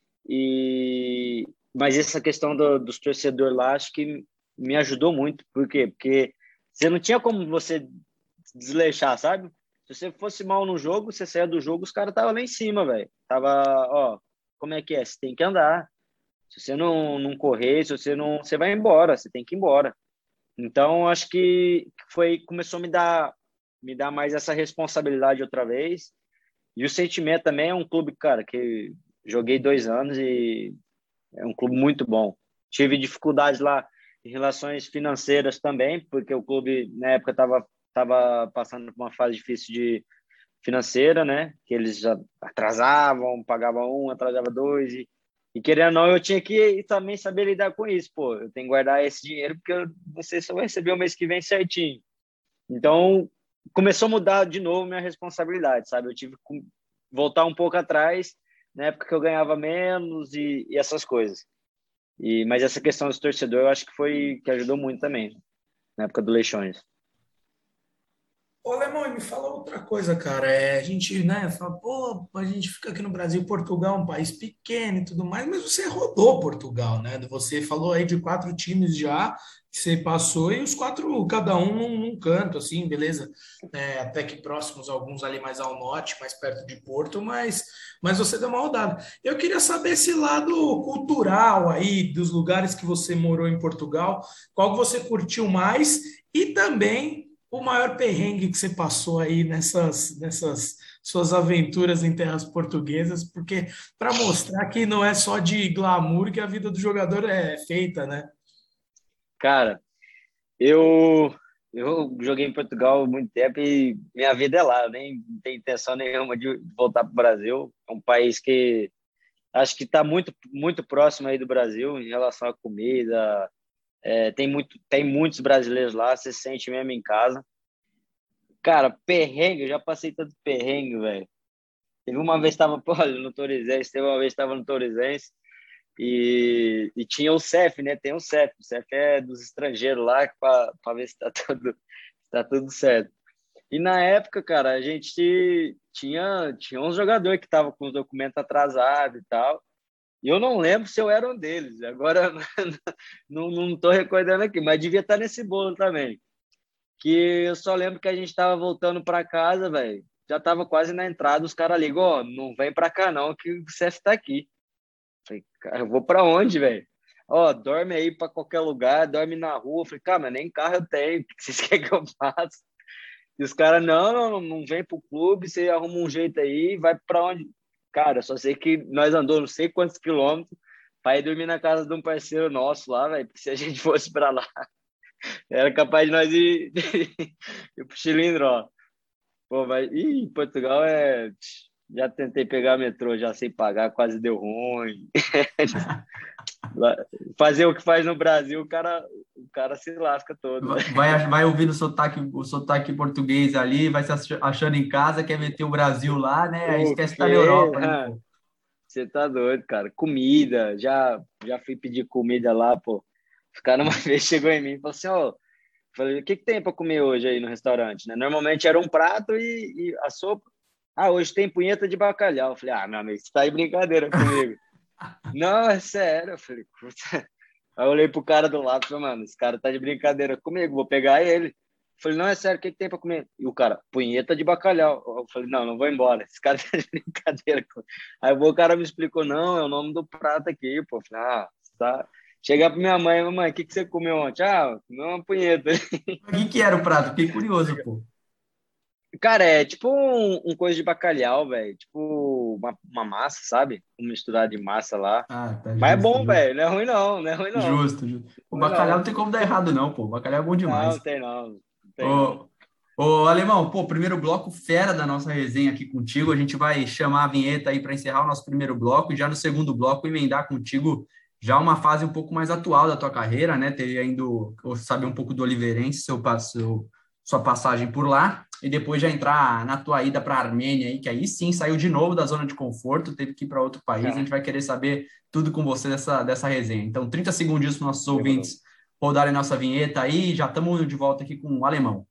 Speaker 3: E mas essa questão do, dos torcedores lá, acho que me ajudou muito. Por quê? Porque você não tinha como você desleixar, sabe? Se você fosse mal no jogo, você saía do jogo, os caras estavam lá em cima, velho. Tava, ó, como é que é? Você tem que andar. Se você não, não correr, se você não, você vai embora, você tem que ir embora. Então, acho que foi começou a me dar me dar mais essa responsabilidade outra vez. E o Sentimento também é um clube, cara, que joguei dois anos e é um clube muito bom. Tive dificuldades lá em relações financeiras também, porque o clube na época estava tava passando por uma fase difícil de financeira, né? Que eles já atrasavam, pagavam um, atrasava dois, e, e querendo ou não, eu tinha que também saber lidar com isso, pô. Eu tenho que guardar esse dinheiro porque eu, você só vai receber o mês que vem certinho. Então, começou a mudar de novo minha responsabilidade, sabe? Eu tive que voltar um pouco atrás, na época que eu ganhava menos e, e essas coisas. E, mas essa questão do torcedor, eu acho que foi que ajudou muito também, na época do Leixões.
Speaker 2: Ô, Lemão, me fala outra coisa, cara. É, a gente, né, fala, pô, a gente fica aqui no Brasil, Portugal é um país pequeno e tudo mais, mas você rodou Portugal, né? Você falou aí de quatro times já que você passou e os quatro, cada um num, num canto, assim, beleza? É, até que próximos, alguns ali mais ao norte, mais perto de Porto, mas, mas você deu uma rodada. Eu queria saber esse lado cultural aí, dos lugares que você morou em Portugal, qual que você curtiu mais e também o maior perrengue que você passou aí nessas, nessas suas aventuras em terras portuguesas, porque para mostrar que não é só de glamour que a vida do jogador é feita, né?
Speaker 3: Cara, eu, eu joguei em Portugal há muito tempo e minha vida é lá, eu nem tenho intenção nenhuma de voltar para o Brasil. É um país que acho que está muito, muito próximo aí do Brasil em relação à comida. É, tem, muito, tem muitos brasileiros lá, você se sente mesmo em casa. Cara, perrengue, eu já passei tanto perrengue, velho. Teve uma vez que estava, olha, no Torizense, teve uma vez que estava no Torizense e, e tinha o C E F, né? Tem o C E F, o C E F é dos estrangeiros lá para ver se tá tudo, tá tudo certo. E na época, cara, a gente tinha, tinha uns jogadores que estavam com os documentos atrasados e tal. E eu não lembro se eu era um deles. Agora, não, não tô recordando aqui, mas devia estar nesse bolo também. Que eu só lembro que a gente estava voltando para casa, velho. Já estava quase na entrada, os caras ligam, ó, oh, não vem para cá não, que o C E F tá aqui. Falei, cara, eu vou para onde, velho? Ó, oh, dorme aí para qualquer lugar, dorme na rua. Falei, cara, mas nem carro eu tenho, o que vocês querem que eu faça? E os caras, não, não, não vem pro clube, você arruma um jeito aí, vai para onde? Cara, eu só sei que nós andamos não sei quantos quilômetros para ir dormir na casa de um parceiro nosso lá, velho, porque se a gente fosse para lá, era capaz de nós ir, ir pro Cilindro, ó. Pô, mas ih, Portugal é... Já tentei pegar metrô, já sei pagar, quase deu ruim. Fazer o que faz no Brasil, o cara, o cara se lasca todo.
Speaker 1: Vai, vai ouvindo o sotaque, o sotaque português ali, vai se achando em casa, quer meter o Brasil lá, né? Aí esquece que tá na Europa. Né,
Speaker 3: você tá doido, cara. Comida, já, já fui pedir comida lá, pô. Os caras uma vez chegou em mim e falou assim, ó, oh, falei, o que, que tem para comer hoje aí no restaurante? Né? Normalmente era um prato e, e a sopa. Ah, hoje tem punheta de bacalhau. Eu falei, ah, meu amigo, você tá aí brincadeira comigo. Não, é sério. Eu falei, puta. Aí eu olhei pro cara do lado e falei, mano, esse cara tá de brincadeira comigo, vou pegar ele. Eu falei, não, é sério, o que, que tem para comer? E o cara, punheta de bacalhau. Eu falei, não, não vou embora, esse cara tá de brincadeira. Aí o cara me explicou, não, é o nome do prato aqui, pô. Eu falei, ah, tá... Chegar pra minha mãe, mamãe, o que, que você comeu ontem? Ah, comeu uma punheta.
Speaker 1: O que, que era o prato? Fiquei curioso, pô.
Speaker 3: Cara, é tipo um, um coisa de bacalhau, velho. Tipo uma, uma massa, sabe? Um misturado de massa lá. Ah, tá. Mas justo, é bom, velho. Não é ruim, não. Não é ruim, não.
Speaker 1: Justo, justo. O bacalhau não. não tem como dar errado, não, pô. O bacalhau é bom demais.
Speaker 3: Não, tem não. Não tem
Speaker 1: ô, não. Ô, Alemão, pô, primeiro bloco fera da nossa resenha aqui contigo. A gente vai chamar a vinheta aí para encerrar o nosso primeiro bloco e já no segundo bloco emendar contigo já uma fase um pouco mais atual da tua carreira, né? Ter ainda, saber um pouco do Oliveirense, seu, seu, sua passagem por lá, e depois já entrar na tua ida para a Armênia, aí, que aí sim saiu de novo da zona de conforto, teve que ir para outro país. É. A gente vai querer saber tudo com você dessa, dessa resenha. Então, trinta segundinhos para os nossos ouvintes rodarem nossa vinheta aí, já estamos de volta aqui com o Alemão.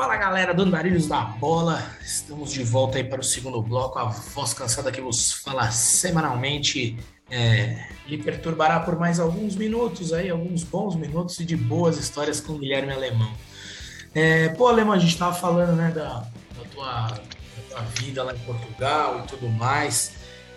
Speaker 2: Fala galera do Andarilhos da Bola, estamos de volta aí para o segundo bloco, a voz cansada que vos fala semanalmente é, lhe perturbará por mais alguns minutos aí, alguns bons minutos e de boas histórias com o Guilherme Alemão. É, pô, Alemão, a gente estava falando, né, da, da, tua, da tua vida lá em Portugal e tudo mais,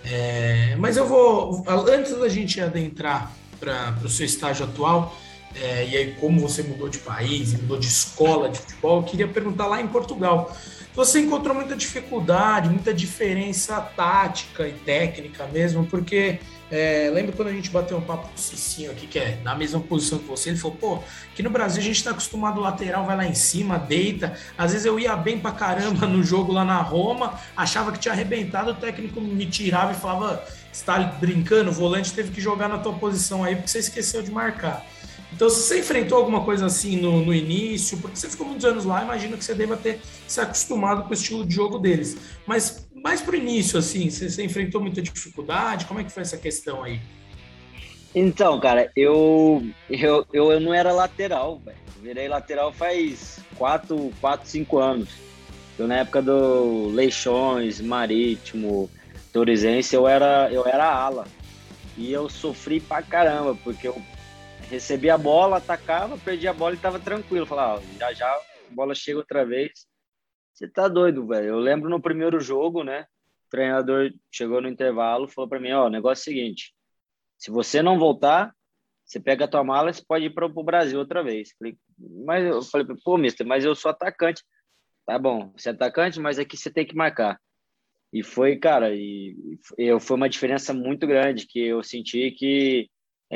Speaker 2: é, mas eu vou, antes da gente adentrar para o seu estágio atual, É, e aí como você mudou de país, mudou de escola de futebol, eu queria perguntar lá em Portugal, você encontrou muita dificuldade, muita diferença tática e técnica mesmo, porque é, lembra quando a gente bateu um papo com o Cicinho aqui, que é na mesma posição que você, ele falou, pô, aqui no Brasil a gente tá acostumado, o lateral vai lá em cima, deita, às vezes eu ia bem pra caramba no jogo lá na Roma, achava que tinha arrebentado, o técnico me tirava e falava, você tá brincando, o volante teve que jogar na tua posição aí porque você esqueceu de marcar. Então, se você enfrentou alguma coisa assim no, no início, porque você ficou muitos anos lá, imagino que você deva ter se acostumado com o estilo de jogo deles. Mas mais pro início, assim, você, você enfrentou muita dificuldade? Como é que foi essa questão aí?
Speaker 3: Então, cara, eu, eu, eu não era lateral, velho. Virei lateral faz quatro, quatro, cinco anos. Eu, na época do Leixões, Marítimo, Torizense, eu era, eu era ala. E eu sofri pra caramba, porque eu recebia a bola, atacava, perdia a bola e tava tranquilo. Falava, ó, já já a bola chega outra vez. Você tá doido, velho. Eu lembro no primeiro jogo, né? O treinador chegou no intervalo, falou pra mim, ó, o negócio é o seguinte, se você não voltar, você pega a tua mala e você pode ir para o Brasil outra vez. Falei, mas eu falei, pô, mister, mas eu sou atacante. Tá bom, você é atacante, mas aqui você tem que marcar. E foi, cara, e, e foi uma diferença muito grande, que eu senti que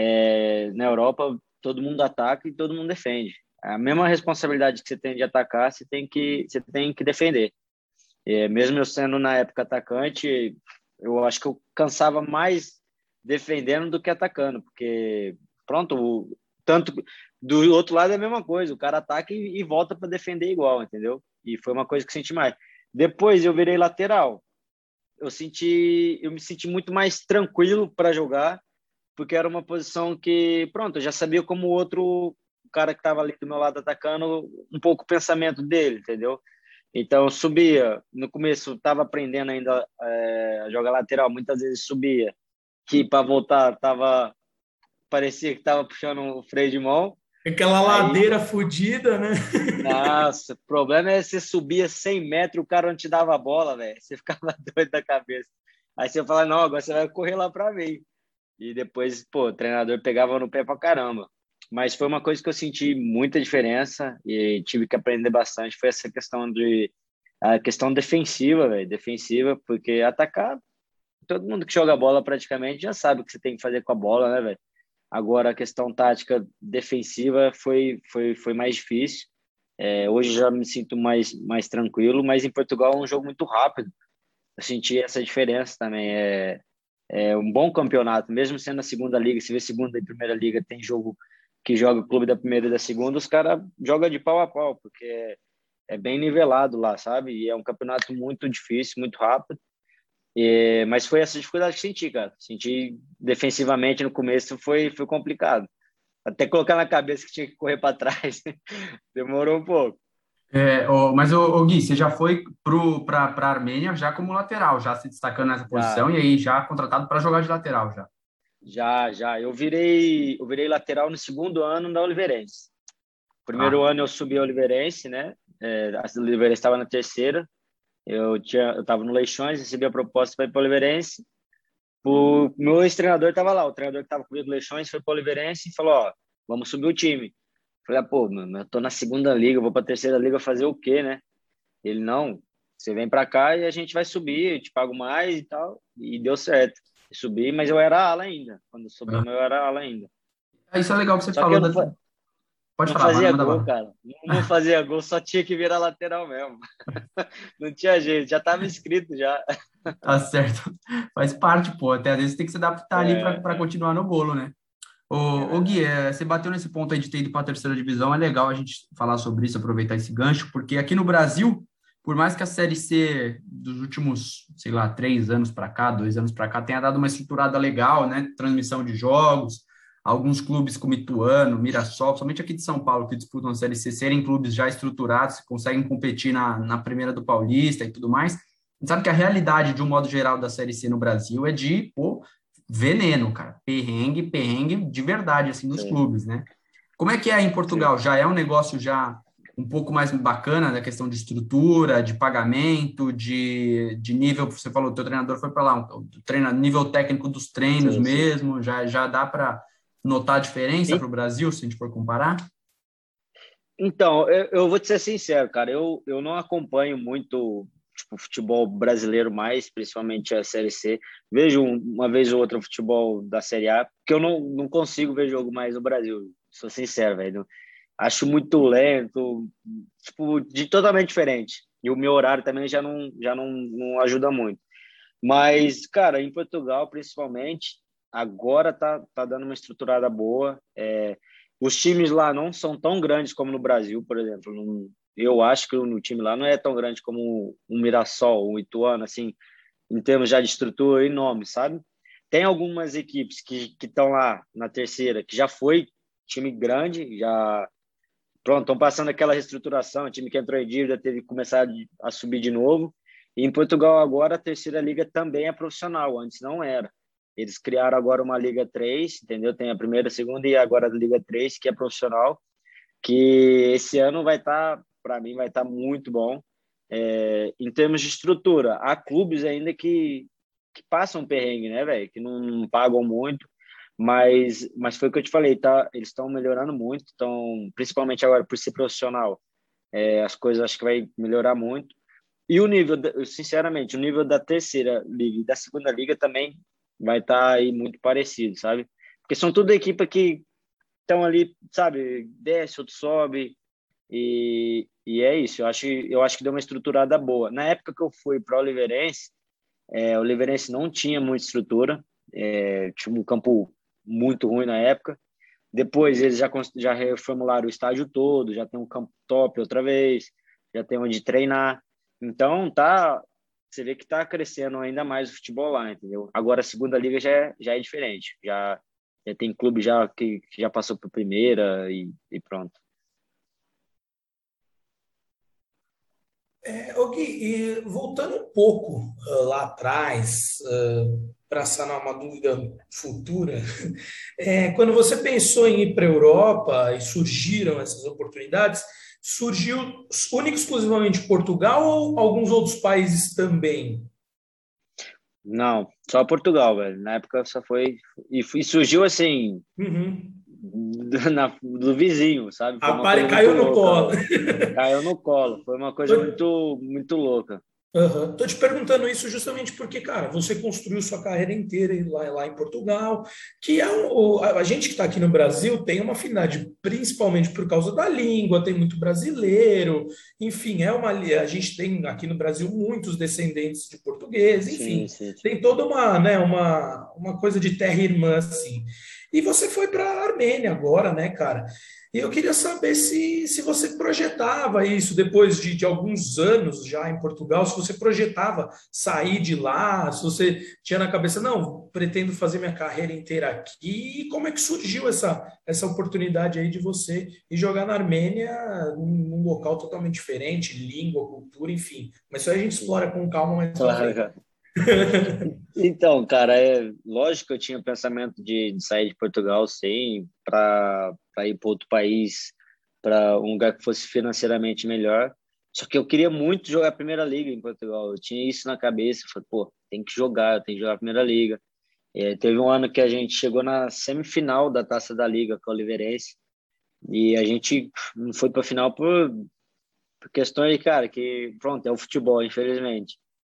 Speaker 3: É, na Europa, todo mundo ataca e todo mundo defende. A mesma responsabilidade que você tem de atacar, você tem que, você tem que defender. É, mesmo eu sendo, na época, atacante, eu acho que eu cansava mais defendendo do que atacando, porque, pronto, o, tanto do outro lado é a mesma coisa, o cara ataca e, e volta para defender igual, entendeu? E foi uma coisa que eu senti mais. Depois eu virei lateral, eu, senti, eu me senti muito mais tranquilo para jogar, porque era uma posição que, pronto, eu já sabia como o outro, o cara que estava ali do meu lado atacando, um pouco o pensamento dele, entendeu? Então, eu subia, no começo estava aprendendo ainda é, a jogar lateral, muitas vezes subia, que para voltar tava, parecia que estava puxando o freio de mão.
Speaker 2: Aquela aí, ladeira fodida, né?
Speaker 3: Nossa, o problema é você subia cem metros, o cara não te dava a bola, velho, você ficava doido da cabeça. Aí você fala, não, agora você vai correr lá para mim. E depois, pô, o treinador pegava no pé pra caramba. Mas foi uma coisa que eu senti muita diferença e tive que aprender bastante, foi essa questão de a questão defensiva, velho, defensiva, porque atacar, todo mundo que joga bola praticamente já sabe o que você tem que fazer com a bola, né, velho? Agora a questão tática defensiva foi foi foi mais difícil. É, hoje já me sinto mais mais tranquilo, mas em Portugal é um jogo muito rápido. Eu senti essa diferença também. É É um bom campeonato, mesmo sendo a segunda liga, se vê segunda e primeira liga, tem jogo que joga o clube da primeira e da segunda, os caras jogam de pau a pau, porque é, é bem nivelado lá, sabe? E é um campeonato muito difícil, muito rápido. E, mas foi essa dificuldade que senti, cara. Senti defensivamente no começo, foi, foi complicado. Até colocar na cabeça que tinha que correr para trás, demorou um pouco.
Speaker 1: É, oh, mas, ô, ô, Gui, você já foi para a Armênia já como lateral, já se destacando nessa posição, já. E aí já contratado para jogar de lateral já.
Speaker 3: Já, já. Eu virei, eu virei lateral no segundo ano da Oliveirense. Primeiro ah. ano eu subi a Oliveirense, né? É, a Oliveirense estava na terceira. Eu tinha, eu estava no Leixões, recebi a proposta para ir para o Oliveirense. O meu ex-treinador estava lá, o treinador que estava comigo no Leixões foi para o Oliveirense e falou, ó, vamos subir o time. Falei, ah, pô, mano, eu tô na segunda liga, eu vou pra terceira liga fazer o quê, né? Ele, não, você vem pra cá e a gente vai subir, eu te pago mais e tal. E deu certo. Eu subi, mas eu era ala ainda. Quando eu subi, ah. eu era ala ainda.
Speaker 1: Isso é legal que você
Speaker 3: só
Speaker 1: falou.
Speaker 3: Que
Speaker 1: da... Pode
Speaker 3: não
Speaker 1: falar,
Speaker 3: fazia
Speaker 1: manda,
Speaker 3: gol,
Speaker 1: manda.
Speaker 3: cara. Não, não fazia gol, só tinha que virar lateral mesmo. Não tinha jeito, já tava inscrito já.
Speaker 1: Tá certo. Faz parte, pô. Até às vezes tem que se adaptar é, ali pra, pra é. continuar no bolo, né? Ô, é. ô Gui, é, você bateu nesse ponto aí de ter ido para a terceira divisão, é legal a gente falar sobre isso, aproveitar esse gancho, porque aqui no Brasil, por mais que a Série C dos últimos, sei lá, três anos para cá, dois anos para cá, tenha dado uma estruturada legal, né, transmissão de jogos, alguns clubes como Ituano, Mirassol, somente aqui de São Paulo, que disputam a Série C, serem clubes já estruturados, que conseguem competir na, na Primeira do Paulista e tudo mais. A gente sabe que a realidade, de um modo geral, da Série C no Brasil é de, pô, veneno, cara. Perrengue, perrengue de verdade, assim, nos
Speaker 3: Sim.
Speaker 1: clubes, né? Como é que é em Portugal? Já é um negócio já um pouco mais bacana da questão de estrutura, de pagamento, de, de nível, você falou, o teu treinador foi para lá, o treino, nível técnico dos treinos
Speaker 3: Sim, sim.
Speaker 1: mesmo, já, já dá para notar a diferença para o Brasil, se a gente for comparar?
Speaker 3: Então, eu, eu vou te ser sincero, cara, eu, eu não acompanho muito tipo, futebol brasileiro mais, principalmente a Série C. Vejo uma vez ou outra o futebol da Série A, porque eu não, não consigo ver jogo mais no Brasil, sou sincero, velho. Acho muito lento, tipo, de totalmente diferente. E o meu horário também já não, já não, não ajuda muito. Mas, cara, em Portugal, principalmente, agora tá, tá dando uma estruturada boa. É, os times lá não são tão grandes como no Brasil, por exemplo. Não, eu acho que o time lá não é tão grande como um Mirassol, um Ituano, assim, em termos já de estrutura e nome, sabe? Tem algumas equipes que estão lá na terceira, que já foi time grande, já pronto, estão passando aquela reestruturação, o time que entrou em dívida teve que começar a subir de novo. E em Portugal agora a terceira liga também é profissional, antes não era. Eles criaram agora uma Liga três, entendeu? Tem a primeira, a segunda e agora a Liga três, que é profissional, que esse ano vai estar, tá, para mim, vai estar tá muito bom. É, em termos de estrutura, há clubes ainda que, que passam perrengue, né, velho? Que não, não pagam muito, mas, mas foi o que eu te falei, tá? Eles estão melhorando muito, estão, principalmente agora por ser profissional, é, as coisas acho que vai melhorar muito. E o nível, sinceramente, o nível da terceira liga e da segunda liga também vai estar tá aí muito parecido, sabe? Porque são tudo equipe que estão ali, sabe? Desce, outro sobe e, e é isso. Eu acho, eu acho que deu uma estruturada boa. Na época que eu fui para o Oliveirense, é, o Oliveirense não tinha muita estrutura, é, tinha um campo muito ruim na época. Depois eles já, já reformularam o estádio todo, já tem um campo top outra vez, já tem onde treinar. Então, tá, você vê que tá crescendo ainda mais o futebol lá, entendeu? Agora a segunda liga já é, já é diferente. Já, já tem clube já que, que já passou por primeira e, e pronto.
Speaker 2: É, ô Gui, e voltando um pouco uh, lá atrás, uh, para sanar uma dúvida futura, é, quando você pensou em ir para a Europa e surgiram essas oportunidades, surgiu único e exclusivamente Portugal ou alguns outros países também?
Speaker 3: Não, só Portugal, velho. Na época só foi. E, e surgiu assim,
Speaker 2: Uhum.
Speaker 3: do, na, do vizinho, sabe? Foi uma
Speaker 2: Apare...
Speaker 3: coisa muito
Speaker 2: Caiu no
Speaker 3: louca,
Speaker 2: colo.
Speaker 3: velho. Caiu no colo. Foi uma coisa muito, muito louca.
Speaker 2: Uhum. Tô te perguntando isso justamente porque, cara, você construiu sua carreira inteira lá, lá em Portugal, que é um, a gente que está aqui no Brasil tem uma afinidade, principalmente por causa da língua, tem muito brasileiro, enfim, é uma a gente tem aqui no Brasil muitos descendentes de portugueses, enfim,
Speaker 3: Sim, sim, sim.
Speaker 2: tem toda uma, né, uma, uma coisa de terra irmã assim. E você foi para a Armênia agora, né, cara? E eu queria saber se, se você projetava isso depois de, de alguns anos já em Portugal, se você projetava sair de lá, se você tinha na cabeça, não, pretendo fazer minha carreira inteira aqui, e como é que surgiu essa, essa oportunidade aí de você ir jogar na Armênia, num, num local totalmente diferente, língua, cultura, enfim. Mas isso aí a gente explora com calma mais pra
Speaker 3: Claro,
Speaker 2: frente.
Speaker 3: cara. Então, cara, é lógico que eu tinha o pensamento de, de sair de Portugal, sim, para ir para outro país, para um lugar que fosse financeiramente melhor. Só que eu queria muito jogar a Primeira Liga em Portugal. Eu tinha isso na cabeça. Eu falei, pô, tem que jogar, tem que jogar a Primeira Liga. É, teve um ano que a gente chegou na semifinal da Taça da Liga com o Oliveirense e a gente não foi para a final por, por questões, cara, que pronto, é o futebol, infelizmente.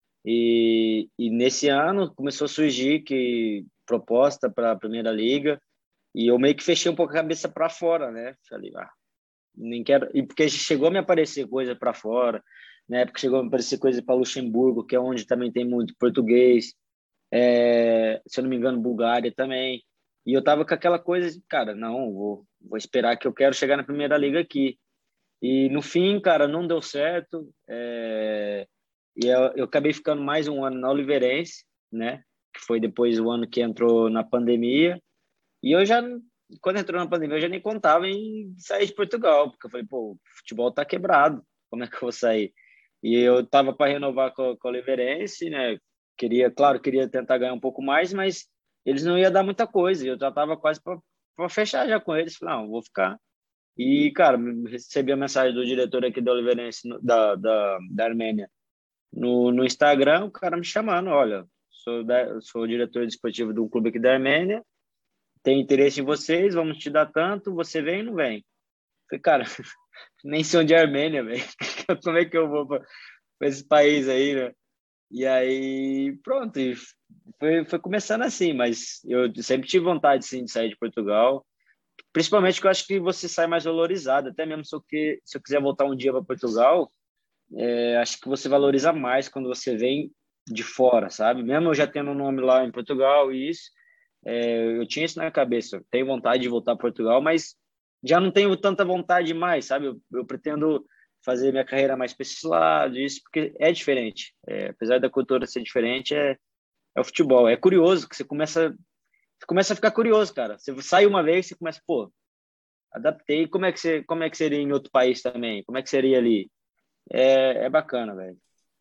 Speaker 3: E, e nesse ano começou a surgir que proposta para a Primeira Liga e eu meio que fechei um pouco a cabeça para fora, né? Falei, ah, nem quero. E porque chegou a me aparecer coisa para fora, na época chegou a me aparecer coisa para Luxemburgo, que é onde também tem muito português, é, se eu não me engano, Bulgária também. E eu tava com aquela coisa de, cara, não, vou, vou esperar que eu quero chegar na Primeira Liga aqui. E no fim, cara, não deu certo. É, e eu, eu acabei ficando mais um ano na Oliveirense, né? Que foi depois o ano que entrou na pandemia. E eu já quando entrou na pandemia, eu já nem contava em sair de Portugal, porque eu falei, pô, o futebol tá quebrado, como é que eu vou sair? E eu tava para renovar com, com o Oliveirense, né? Queria, claro, queria tentar ganhar um pouco mais, mas eles não iam dar muita coisa. Eu já tava quase para fechar já com eles. Falei, não, vou ficar. E, cara, recebi a mensagem do diretor aqui do Oliveirense, no- da, da, da Armênia, no, no Instagram, o cara me chamando, olha, sou, da, sou diretor desportivo de um clube aqui da Armênia, tem interesse em vocês, vamos te dar tanto, você vem ou não vem? Falei, cara, nem sei onde é a Armênia, velho. Como é que eu vou para esse país aí, né? E aí, pronto, e foi, foi começando assim, mas eu sempre tive vontade, sim, de sair de Portugal, principalmente porque eu acho que você sai mais valorizado, até mesmo se eu, que, se eu quiser voltar um dia para Portugal, é, acho que você valoriza mais quando você vem de fora, sabe? Mesmo eu já tendo um nome lá em Portugal e isso, é, eu tinha isso na cabeça, eu tenho vontade de voltar a Portugal, mas já não tenho tanta vontade mais, sabe? Eu, eu pretendo fazer minha carreira mais para esse lado, isso, porque é diferente. É, apesar da cultura ser diferente, é, é o futebol. É curioso que você começa, você começa a ficar curioso, cara. Você sai uma vez, você começa, pô, adaptei. Como é que você, como é que seria em outro país também? Como é que seria ali? É, é bacana, velho.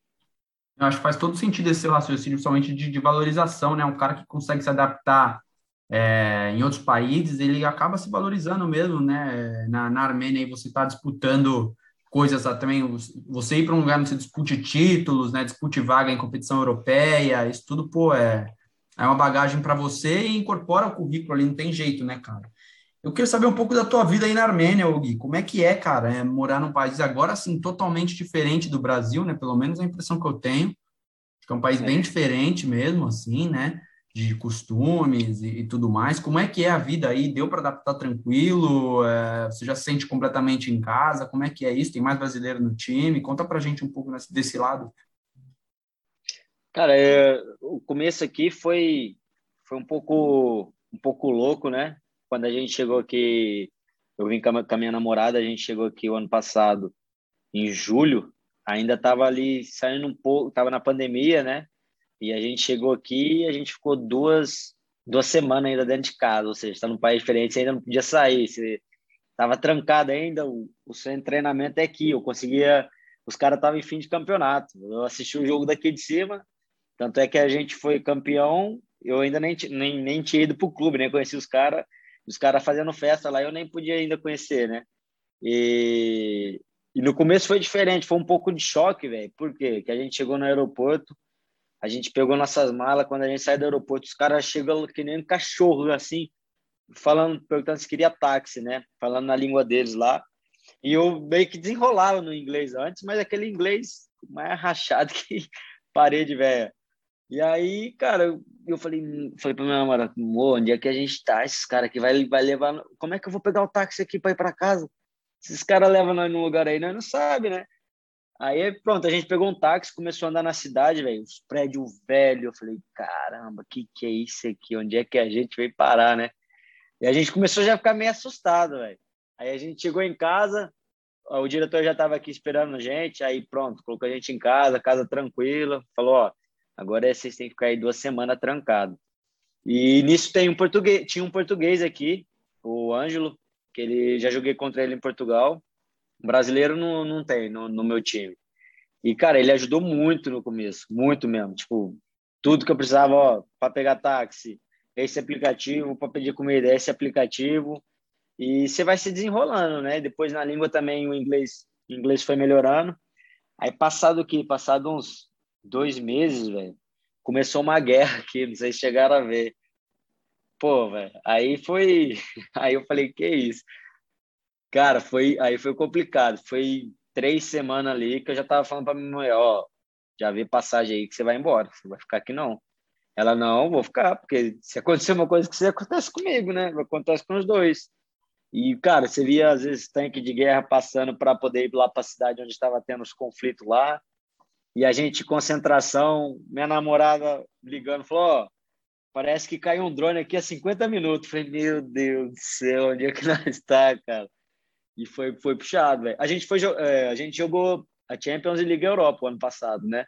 Speaker 1: Eu acho que faz todo sentido esse seu raciocínio, principalmente de, de valorização, né? Um cara que consegue se adaptar é, em outros países, ele acaba se valorizando mesmo, né? Na, na Armênia aí você está disputando coisas ah, também, você ir para um lugar onde você dispute títulos, né? Dispute vaga em competição europeia, isso tudo, pô, é, é uma bagagem para você e incorpora o currículo ali, não tem jeito, né, cara? Eu queria saber um pouco da tua vida aí na Armênia, ô Gui. Como é que é, cara, é morar num país agora, assim, totalmente diferente do Brasil, né? Pelo menos a impressão que eu tenho. Acho que é um país bem
Speaker 3: É.
Speaker 1: diferente mesmo, assim, né? De costumes e, e tudo mais. Como é que é a vida aí? Deu para adaptar tranquilo? É, você já se sente completamente em casa? Como é que é isso? Tem mais brasileiro no time? Conta pra gente um pouco nesse- desse lado.
Speaker 3: Cara, é, o começo aqui foi, foi um pouco, um pouco louco, né? Quando a gente chegou aqui, eu vim com a com a minha namorada, a gente chegou aqui o ano passado, em julho, ainda estava ali saindo um pouco, estava na pandemia, né? E a gente chegou aqui e a gente ficou duas, duas semanas ainda dentro de casa, ou seja, está num país diferente, você ainda não podia sair, você estava trancado ainda, o, o seu treinamento é aqui, eu conseguia, os caras estavam em fim de campeonato, eu assisti o jogo daqui de cima, tanto é que a gente foi campeão, eu ainda nem, ti- nem, nem tinha ido para o clube, nem conheci os caras, os caras fazendo festa lá, eu nem podia ainda conhecer, né? E, e no começo foi diferente, foi um pouco de choque, velho. Por quê? Que a gente chegou no aeroporto, a gente pegou nossas malas, quando a gente sai do aeroporto, os caras chegam que nem um cachorro, assim, falando, perguntando se queria táxi, né? Falando na língua deles lá. E eu meio que desenrolava no inglês antes, mas aquele inglês mais rachado que parede, velho. E aí, cara, eu, eu falei, falei pra minha namorada, amor, onde é que a gente tá? Esses caras aqui vai, vai levar. Como é que eu vou pegar o táxi aqui para ir para casa? Esses caras levam nós num lugar aí, nós não sabe, né? Aí, pronto, a gente pegou um táxi, começou a andar na cidade, velho, os prédios velhos. Eu falei, caramba, que que é isso aqui? Onde é que a gente veio parar, né? E a gente começou já a ficar meio assustado, velho. Aí a gente chegou em casa, ó, o diretor já estava aqui esperando a gente, aí pronto, colocou a gente em casa, casa tranquila, falou, ó, agora é, vocês têm que ficar aí duas semanas trancado. E nisso tem um português, tinha um português aqui, o Ângelo, que ele já joguei contra ele em Portugal. Brasileiro não, não tem no, no meu time. E, cara, ele ajudou muito no começo, muito mesmo. Tipo, tudo que eu precisava, ó, para pegar táxi, esse aplicativo, para pedir comida, esse aplicativo. E você vai se desenrolando, né? Depois na língua também o inglês, o inglês foi melhorando. Aí passado o quê? Passado uns dois meses, velho, começou uma guerra aqui, não sei se chegaram a ver. Pô, velho, aí foi, aí eu falei, que isso? Cara, foi, aí foi complicado. Foi três semanas ali que eu já tava falando pra minha mulher, ó, já vi passagem aí que você vai embora, você vai ficar aqui não. Ela, não, vou ficar, porque se acontecer uma coisa que você acontece comigo, né? Acontece com os dois. E, cara, você via, às vezes, tanque de guerra passando para poder ir lá para a cidade onde estava tendo os conflitos lá. E a gente, concentração, minha namorada ligando, falou, ó, parece que caiu um drone aqui há cinquenta minutos. Falei, meu Deus do céu, onde é que nós está, cara? E foi, foi puxado, velho. A gente foi, jo- é, a gente jogou a Champions e Liga Europa o ano passado, né?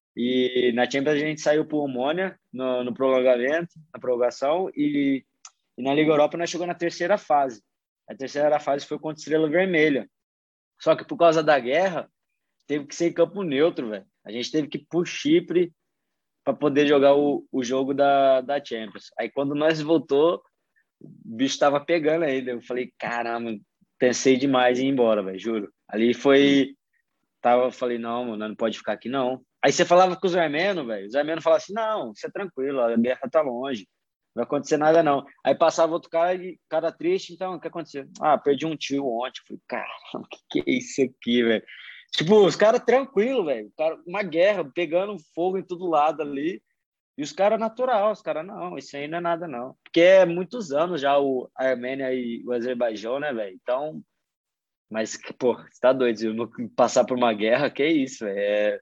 Speaker 3: E na Champions a gente saiu por Omônia no, no prolongamento, na prorrogação, e E na Liga Europa nós chegamos na terceira fase. A terceira fase foi contra Estrela Vermelha. Só que por causa da guerra, teve que ser em campo neutro, velho. A gente teve que ir pro Chipre para poder jogar o, o jogo da, da Champions. Aí quando nós voltou, o bicho tava pegando ainda. Eu falei, caramba, pensei demais em ir embora, velho, juro. Ali foi... Tava, falei, não, mano, não pode ficar aqui, não. Aí você falava com os armenos, velho. Os armenos falavam assim, não, você é tranquilo, a guerra tá longe. Não vai acontecer nada, não. Aí passava outro cara e cara triste, então, o que aconteceu? Ah, perdi um tio ontem. Falei, caramba, o que, que é isso aqui, velho? Tipo, os caras tranquilos, velho. Cara, uma guerra, pegando fogo em todo lado ali. E os caras natural, os caras, não, isso aí não é nada, não. Porque é muitos anos já o a Armênia e o Azerbaijão, né, velho? Então, mas, pô, você tá doido, eu não passar por uma guerra, que é isso, velho. É...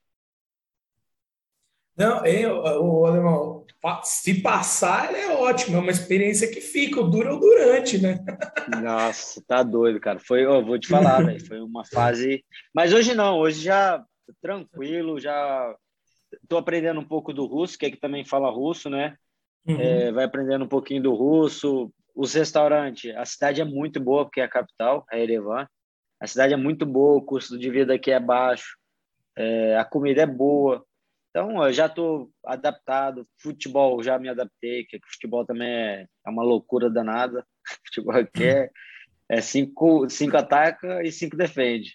Speaker 2: Não, é, o alemão, pa- se passar, é ótimo, é uma experiência que fica, o dura é o durante, né?
Speaker 3: Nossa, tá doido, cara. Foi, eu vou te falar, velho, foi uma fase. Mas hoje não, hoje já tranquilo, já tô aprendendo um pouco do russo, que é que também fala russo, né? É,
Speaker 2: Uhum.
Speaker 3: vai aprendendo um pouquinho do russo. Os restaurantes, a cidade é muito boa, porque é a capital, é Erevan. A cidade é muito boa, o custo de vida aqui é baixo, é, a comida é boa. Então, eu já estou adaptado. Futebol, já me adaptei, que futebol também é, é uma loucura danada. Futebol aqui é, é cinco, cinco ataca e cinco defende.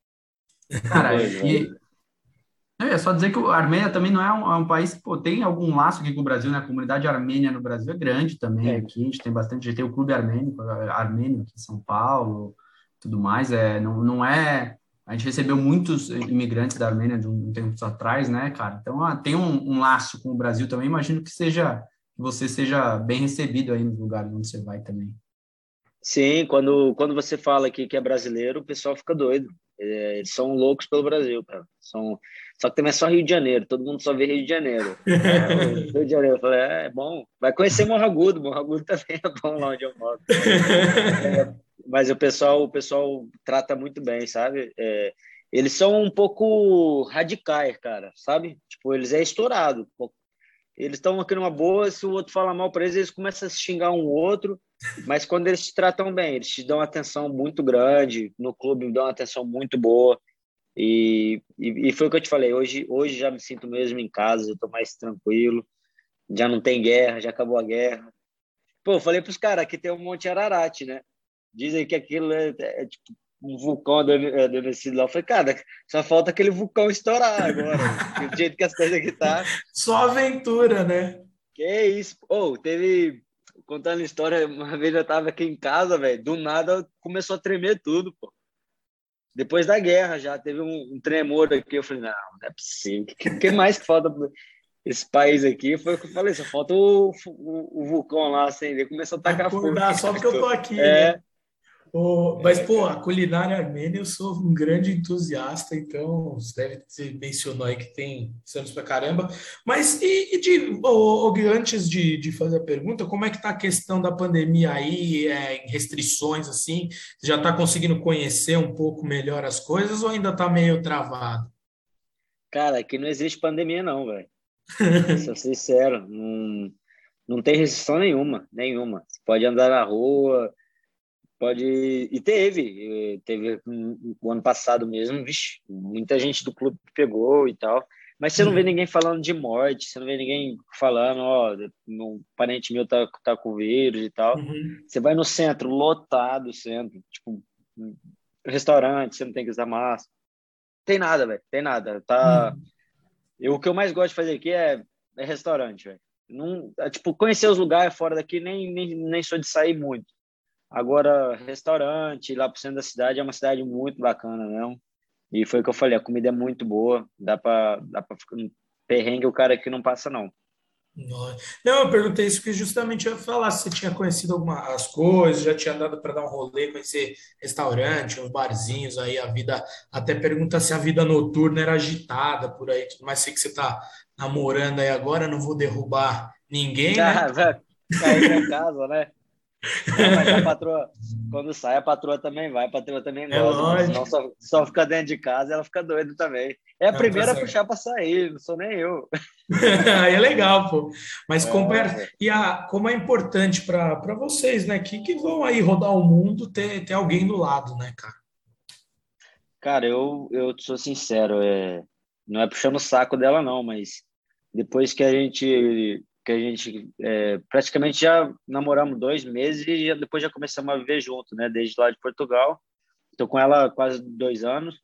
Speaker 3: É
Speaker 1: Cara,
Speaker 3: doido, velho.
Speaker 1: e eu ia só dizer que a Armênia também não é um, é um país que pô, tem algum laço aqui com o Brasil, né? A comunidade armênia no Brasil é grande também
Speaker 3: É,
Speaker 1: aqui, a gente tem bastante, a gente tem o Clube Armênio, armênio aqui em São Paulo, tudo mais, é, não, não é... A gente recebeu muitos imigrantes da Armênia de um, um tempo atrás, né, cara? Então, ah, tem um, um laço com o Brasil também, imagino que seja, que você seja bem recebido aí nos lugares onde você vai também.
Speaker 3: sim, quando, quando você fala aqui que é brasileiro, o pessoal fica doido. É, eles são loucos pelo Brasil, cara. São... Só que também é só Rio de Janeiro, todo mundo só vê Rio de Janeiro. É, o Rio de Janeiro. Eu falei, é, é bom. Vai conhecer Morragudo, Morragudo também é bom lá onde eu moro. É, mas o pessoal, o pessoal trata muito bem, sabe? É, eles são um pouco radicais, cara, sabe? Tipo, eles é estourado. Eles estão aqui numa boa, se o outro fala mal para eles, eles começam a xingar um outro, mas quando eles te tratam bem, eles te dão atenção muito grande, no clube dão uma atenção muito boa, e, e, e foi o que eu te falei, hoje, hoje já me sinto mesmo em casa, eu estou mais tranquilo, já não tem guerra, já acabou a guerra. Pô, eu falei pros caras, aqui tem um Monte Ararat, né? Dizem que aquilo é, é tipo um vulcão adormecido lá. Eu falei, cara, só falta aquele vulcão estourar agora, velho. Do jeito que as coisas aqui tá.
Speaker 2: Só aventura, né?
Speaker 3: Que isso? Ou teve, contando história, uma vez eu tava aqui em casa, velho, do nada começou a tremer tudo, pô. Depois da guerra já teve um, um tremor aqui, eu falei, não, não é possível. O que, que mais que falta pra esse país aqui? Foi o que eu falei, só falta o, o, o vulcão lá acender, começou a tacar fogo.
Speaker 2: Acordar só porque eu tô aqui, né?
Speaker 3: É,
Speaker 2: Ô, mas,
Speaker 3: é,
Speaker 2: pô,
Speaker 3: cara.
Speaker 2: a culinária armênia eu sou um grande entusiasta, então você deve ter mencionou aí que tem anos pra caramba. Mas e, e de, ô, ô, Gui, antes de, de fazer a pergunta, como é que tá a questão da pandemia aí, é, em restrições assim? Você já tá conseguindo conhecer um pouco melhor as coisas ou ainda tá meio travado?
Speaker 3: Cara, aqui não existe pandemia não, velho. Ser sincero, não, não tem restrição nenhuma, nenhuma. Você pode andar na rua, pode. E teve, eh, teve um- o ano passado mesmo, vixe, muita gente do clube pegou e tal. Mas você não vê
Speaker 2: Uhum,
Speaker 3: ninguém falando de morte, você não vê ninguém falando, ó, um parente meu tá, tá com vírus e tal.
Speaker 2: uhum,
Speaker 3: Você vai no centro, lotado o centro, tipo, restaurante, você não tem que usar máscara. Tem nada, velho, tem nada. Tá.
Speaker 2: uhum.
Speaker 3: Eu, o que eu mais gosto de fazer aqui é, é restaurante, velho. Não, é, tipo, conhecer os lugares fora daqui, nem, nem, nem sou de sair muito. Agora, restaurante lá pro centro da cidade é uma cidade muito bacana mesmo. E foi o que eu falei, a comida é muito boa, dá pra, dá pra ficar um perrengue o cara aqui não passa, não.
Speaker 2: Nó- Não, eu perguntei isso porque justamente eu ia falar se você tinha conhecido algumas coisas, já tinha dado para dar um rolê, conhecer restaurante, uns barzinhos aí, a vida. Até pergunta se a vida noturna era agitada por aí, tudo mais. Sei que você está namorando aí agora, não vou derrubar ninguém, né?
Speaker 3: Ah, vai cair minha casa, né? Não, mas a patroa, quando sai, a patroa também vai, a patroa também
Speaker 2: É
Speaker 3: gosta, pô,
Speaker 2: lógico.
Speaker 3: senão só, só fica dentro de casa, ela fica doida também. É a
Speaker 2: Não, tá
Speaker 3: primeira a
Speaker 2: certo.
Speaker 3: puxar para sair, não sou nem eu.
Speaker 2: Aí é legal, pô. Mas como
Speaker 3: É,
Speaker 2: é,
Speaker 3: pô.
Speaker 2: e a, como é importante para para vocês, né? Que, que vão aí rodar o mundo, ter, ter alguém do lado, né, cara?
Speaker 3: Cara, eu, eu sou sincero, é, não é puxando o saco dela, não, mas depois que a gente, que a gente é, praticamente já namoramos dois meses e já, depois já começamos a viver junto, né? Desde lá de Portugal. Estou com ela há quase dois anos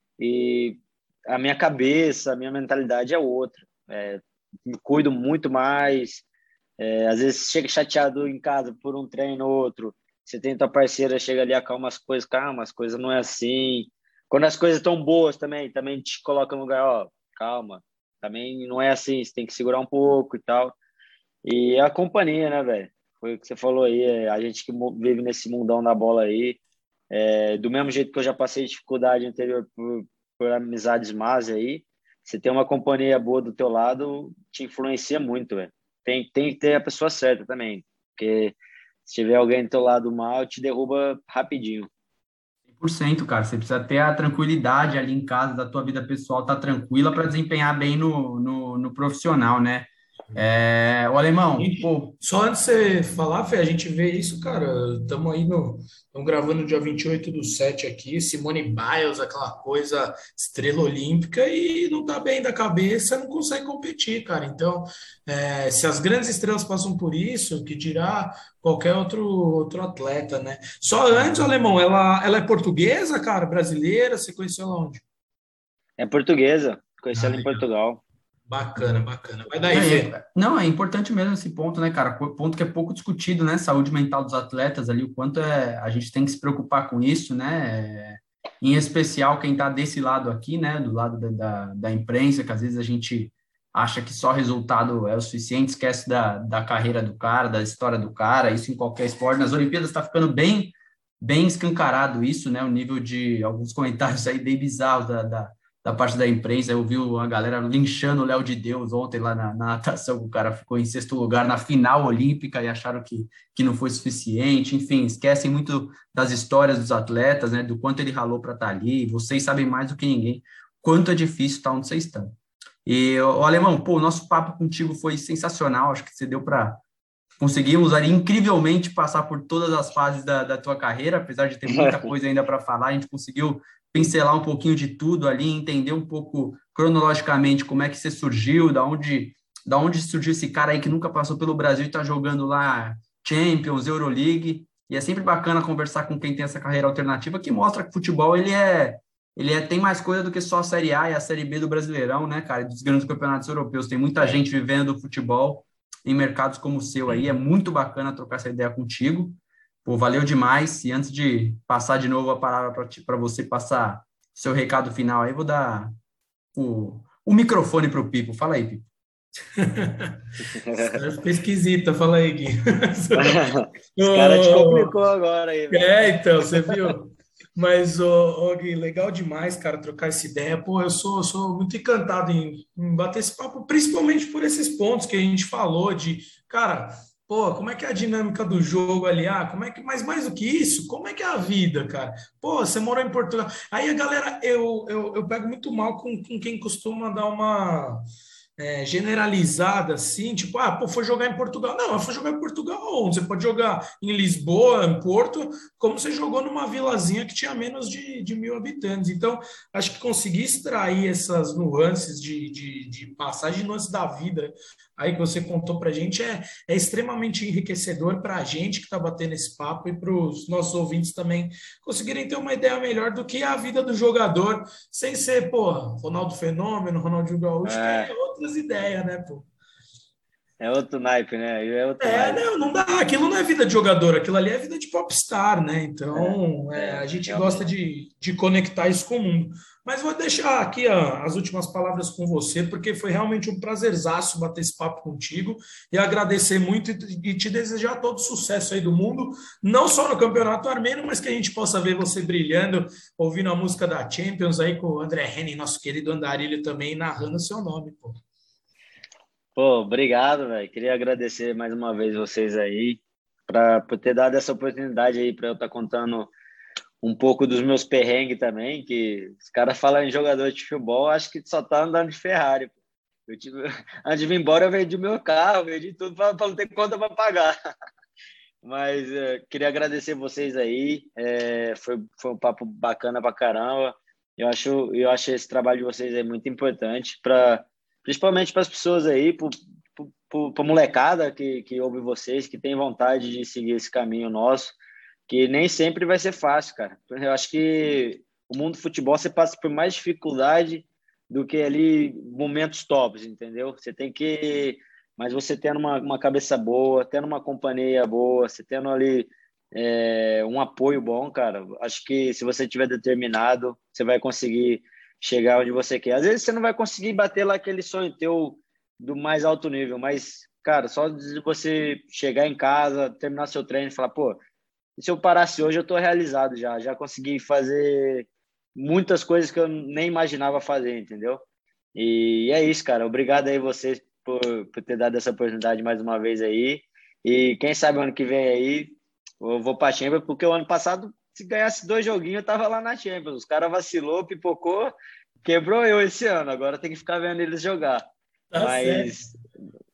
Speaker 3: e a minha cabeça, a minha mentalidade é outra. É, me cuido muito mais. É, às vezes chega chateado em casa por um treino ou outro. Você tem tua parceira, chega ali, acalma as coisas. Calma, as coisas não é assim. Quando as coisas estão boas também, também te coloca no lugar, ó, calma. Também não é assim, você tem que segurar um pouco e tal. E é a companhia, né, velho? Foi o que você falou aí, é, a gente que mo- vive nesse mundão da bola aí, é, do mesmo jeito que eu já passei dificuldade anterior por, por amizades más aí, você ter uma companhia boa do teu lado te influencia muito, velho. Tem, tem que ter a pessoa certa também, porque se tiver alguém do teu lado mal, te derruba rapidinho.
Speaker 1: Cem por cento, cara. Você precisa ter a tranquilidade ali em casa da tua vida pessoal, tá tranquila para desempenhar bem no, no, no profissional, né? É, o alemão,
Speaker 2: E
Speaker 1: pô,
Speaker 2: só antes de você falar, Fê, a gente vê isso, cara. Estamos aí no. Estamos gravando no dia vinte e oito do sete aqui. Simone Biles, aquela coisa, estrela olímpica, e não tá bem da cabeça, não consegue competir, cara. Então, é, se as grandes estrelas passam por isso, que dirá qualquer outro, outro atleta, né? Só antes, alemão, ela, ela é portuguesa, cara, brasileira, você conheceu ela onde?
Speaker 3: É portuguesa, conheci
Speaker 2: Ah,
Speaker 3: ela em
Speaker 2: legal.
Speaker 3: Portugal.
Speaker 2: Bacana, bacana. Vai daí,
Speaker 1: não
Speaker 2: Fê.
Speaker 1: é, não, é importante mesmo esse ponto, né, cara? Co- Ponto que é pouco discutido, né? Saúde mental dos atletas ali, o quanto é, a gente tem que se preocupar com isso, né? É, em especial quem tá desse lado aqui, né? Do lado da, da, da imprensa, que às vezes a gente acha que só resultado é o suficiente, esquece da, da carreira do cara, da história do cara, isso em qualquer esporte. Nas Olimpíadas está ficando bem, bem escancarado isso, né? O nível de alguns comentários aí bem bizarros da, da da parte da imprensa. Eu vi a galera linchando o Léo de Deus ontem lá na, na natação, o cara ficou em sexto lugar na final olímpica e acharam que, que não foi suficiente. Enfim, esquecem muito das histórias dos atletas, né, do quanto ele ralou para estar ali. Vocês sabem mais do que ninguém quanto é difícil estar onde vocês estão. E, o Alemão, pô, o nosso papo contigo foi sensacional, acho que você deu para conseguimos ali incrivelmente passar por todas as fases da, da tua carreira, apesar de ter muita coisa ainda para falar, a gente conseguiu pincelar um pouquinho de tudo ali, entender um pouco cronologicamente como é que você surgiu, da onde, da onde surgiu esse cara aí que nunca passou pelo Brasil e está jogando lá Champions, Euroleague, e é sempre bacana conversar com quem tem essa carreira alternativa, que mostra que o futebol, ele é, ele é, tem mais coisa do que só a Série A e a Série B do Brasileirão, né, cara, e dos grandes campeonatos europeus, tem muita
Speaker 3: É.
Speaker 1: gente vivendo o futebol em mercados como o seu aí, é muito bacana trocar essa ideia contigo. Pô, valeu demais. E antes de passar de novo a palavra para você passar seu recado final aí, vou dar o, o microfone para o Pipo. Fala aí, Pipo.
Speaker 2: Ficou esquisita, fala aí, Gui.
Speaker 3: Os caras te
Speaker 2: Ô,
Speaker 3: complicou agora aí, velho.
Speaker 2: é, então, você viu? Mas, ô, ô, Gui, legal demais, cara, trocar essa ideia. Pô, eu sou, sou muito encantado em, em bater esse papo, principalmente por esses pontos que a gente falou de, cara, pô, como é que é a dinâmica do jogo ali? Ah, como é que, mas mais do que isso, como é que é a vida, cara? Pô, você morou em Portugal. Aí a galera, eu, eu, eu pego muito mal com, com quem costuma dar uma é, generalizada assim, tipo, ah, pô, foi jogar em Portugal. Não, foi jogar em Portugal onde? Você pode jogar em Lisboa, em Porto, como você jogou numa vilazinha que tinha menos de, de mil habitantes. Então, acho que conseguir extrair essas nuances de, de, de passagem, nuances da vida aí que você contou pra gente é, é extremamente enriquecedor para a gente que está batendo esse papo e para os nossos ouvintes também conseguirem ter uma ideia melhor do que é a vida do jogador, sem ser, pô, Ronaldo Fenômeno, Ronaldinho Gaúcho, que é
Speaker 3: É,
Speaker 2: outras ideias, né, pô?
Speaker 3: é outro naipe, né? Aí é outro
Speaker 2: É,
Speaker 3: naipe.
Speaker 2: não, não dá. Aquilo não é vida de jogador, aquilo ali é vida de popstar, né?
Speaker 3: É,
Speaker 2: Então, é,
Speaker 3: é,
Speaker 2: a gente gosta
Speaker 3: realmente.
Speaker 2: de, de conectar isso com o mundo. Mas vou deixar aqui ó, as últimas palavras com você, porque foi realmente um prazerzaço bater esse papo contigo e agradecer muito e, e te desejar todo o sucesso aí do mundo, não só no Campeonato Armênio, mas que a gente possa ver você brilhando, ouvindo a música da Champions aí com o André Henning, nosso querido Andarilho também, narrando seu nome, pô.
Speaker 3: Pô, obrigado, velho. Queria agradecer mais uma vez vocês aí. pra, por ter dado essa oportunidade aí para eu estar contando um pouco dos meus perrengues também, que os caras falam em jogador de futebol, acho que só tá andando de Ferrari. Eu tive, antes de vir embora, eu vendi meu carro, vendi tudo para não ter conta para pagar. Mas é, queria agradecer vocês aí, é, foi, foi um papo bacana pra caramba. Eu acho, eu acho esse trabalho de vocês aí muito importante, pra, principalmente para as pessoas aí, para a molecada que, que ouve vocês, que tem vontade de seguir esse caminho nosso, que nem sempre vai ser fácil, cara. Eu acho que o mundo do futebol você passa por mais dificuldade do que ali momentos tops, entendeu? Você tem que... Mas você tendo uma, uma cabeça boa, tendo uma companhia boa, você tendo ali é, um apoio bom, cara, acho que se você tiver determinado, você vai conseguir chegar onde você quer. Às vezes você não vai conseguir bater lá aquele sonho teu do mais alto nível, mas, cara, só de você chegar em casa, terminar seu treino e falar, pô, se eu parasse hoje, eu tô realizado já, já consegui fazer muitas coisas que eu nem imaginava fazer, entendeu? E é isso, cara. Obrigado aí vocês por, por ter dado essa oportunidade mais uma vez aí. E quem sabe ano que vem aí eu vou pra Champions, porque o ano passado, se ganhasse dois joguinhos, eu tava lá na Champions. Os caras vacilou, pipocou, quebrou eu esse ano. Agora tem que ficar vendo eles jogar.
Speaker 2: Tá
Speaker 3: Mas...
Speaker 2: certo.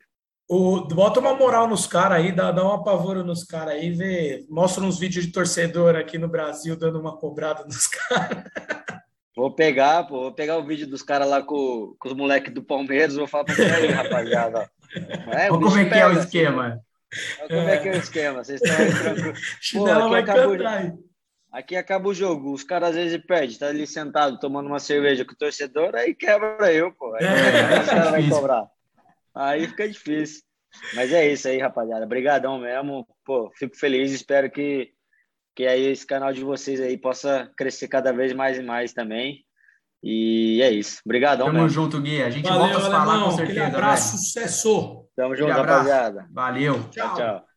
Speaker 2: O, bota uma moral nos caras aí, dá, dá um apavoro nos caras aí, vê, mostra uns vídeos de torcedor aqui no Brasil dando uma cobrada nos caras.
Speaker 3: Vou pegar, pô, vou pegar o vídeo dos caras lá com, com os moleques do Palmeiras, vou falar pra vocês aí, rapaziada.
Speaker 1: É, Olha como é que pega, é o esquema.
Speaker 3: Olha como é. é que é o esquema, vocês estão aí tranquilos.
Speaker 2: Chinelo vai cantar.
Speaker 3: Aqui acaba o jogo, os caras às vezes perdem, tá ali sentado tomando uma cerveja com o torcedor, aí quebra eu, pô. Aí é, os caras vão cobrar. Aí fica difícil. Mas é isso aí, rapaziada. Obrigadão mesmo. Pô, fico feliz, espero que, que aí esse canal de vocês aí possa crescer cada vez mais e mais também. E é isso. Obrigadão
Speaker 1: Tamo
Speaker 3: mesmo.
Speaker 1: junto, Gui. A gente
Speaker 2: Valeu,
Speaker 1: volta a se falar
Speaker 2: alemão.
Speaker 1: com certeza.
Speaker 2: Aquele abraço, velho. Sucesso.
Speaker 3: Tamo junto,
Speaker 1: rapaziada.
Speaker 3: rapaziada.
Speaker 1: Valeu.
Speaker 3: Tchau, tchau.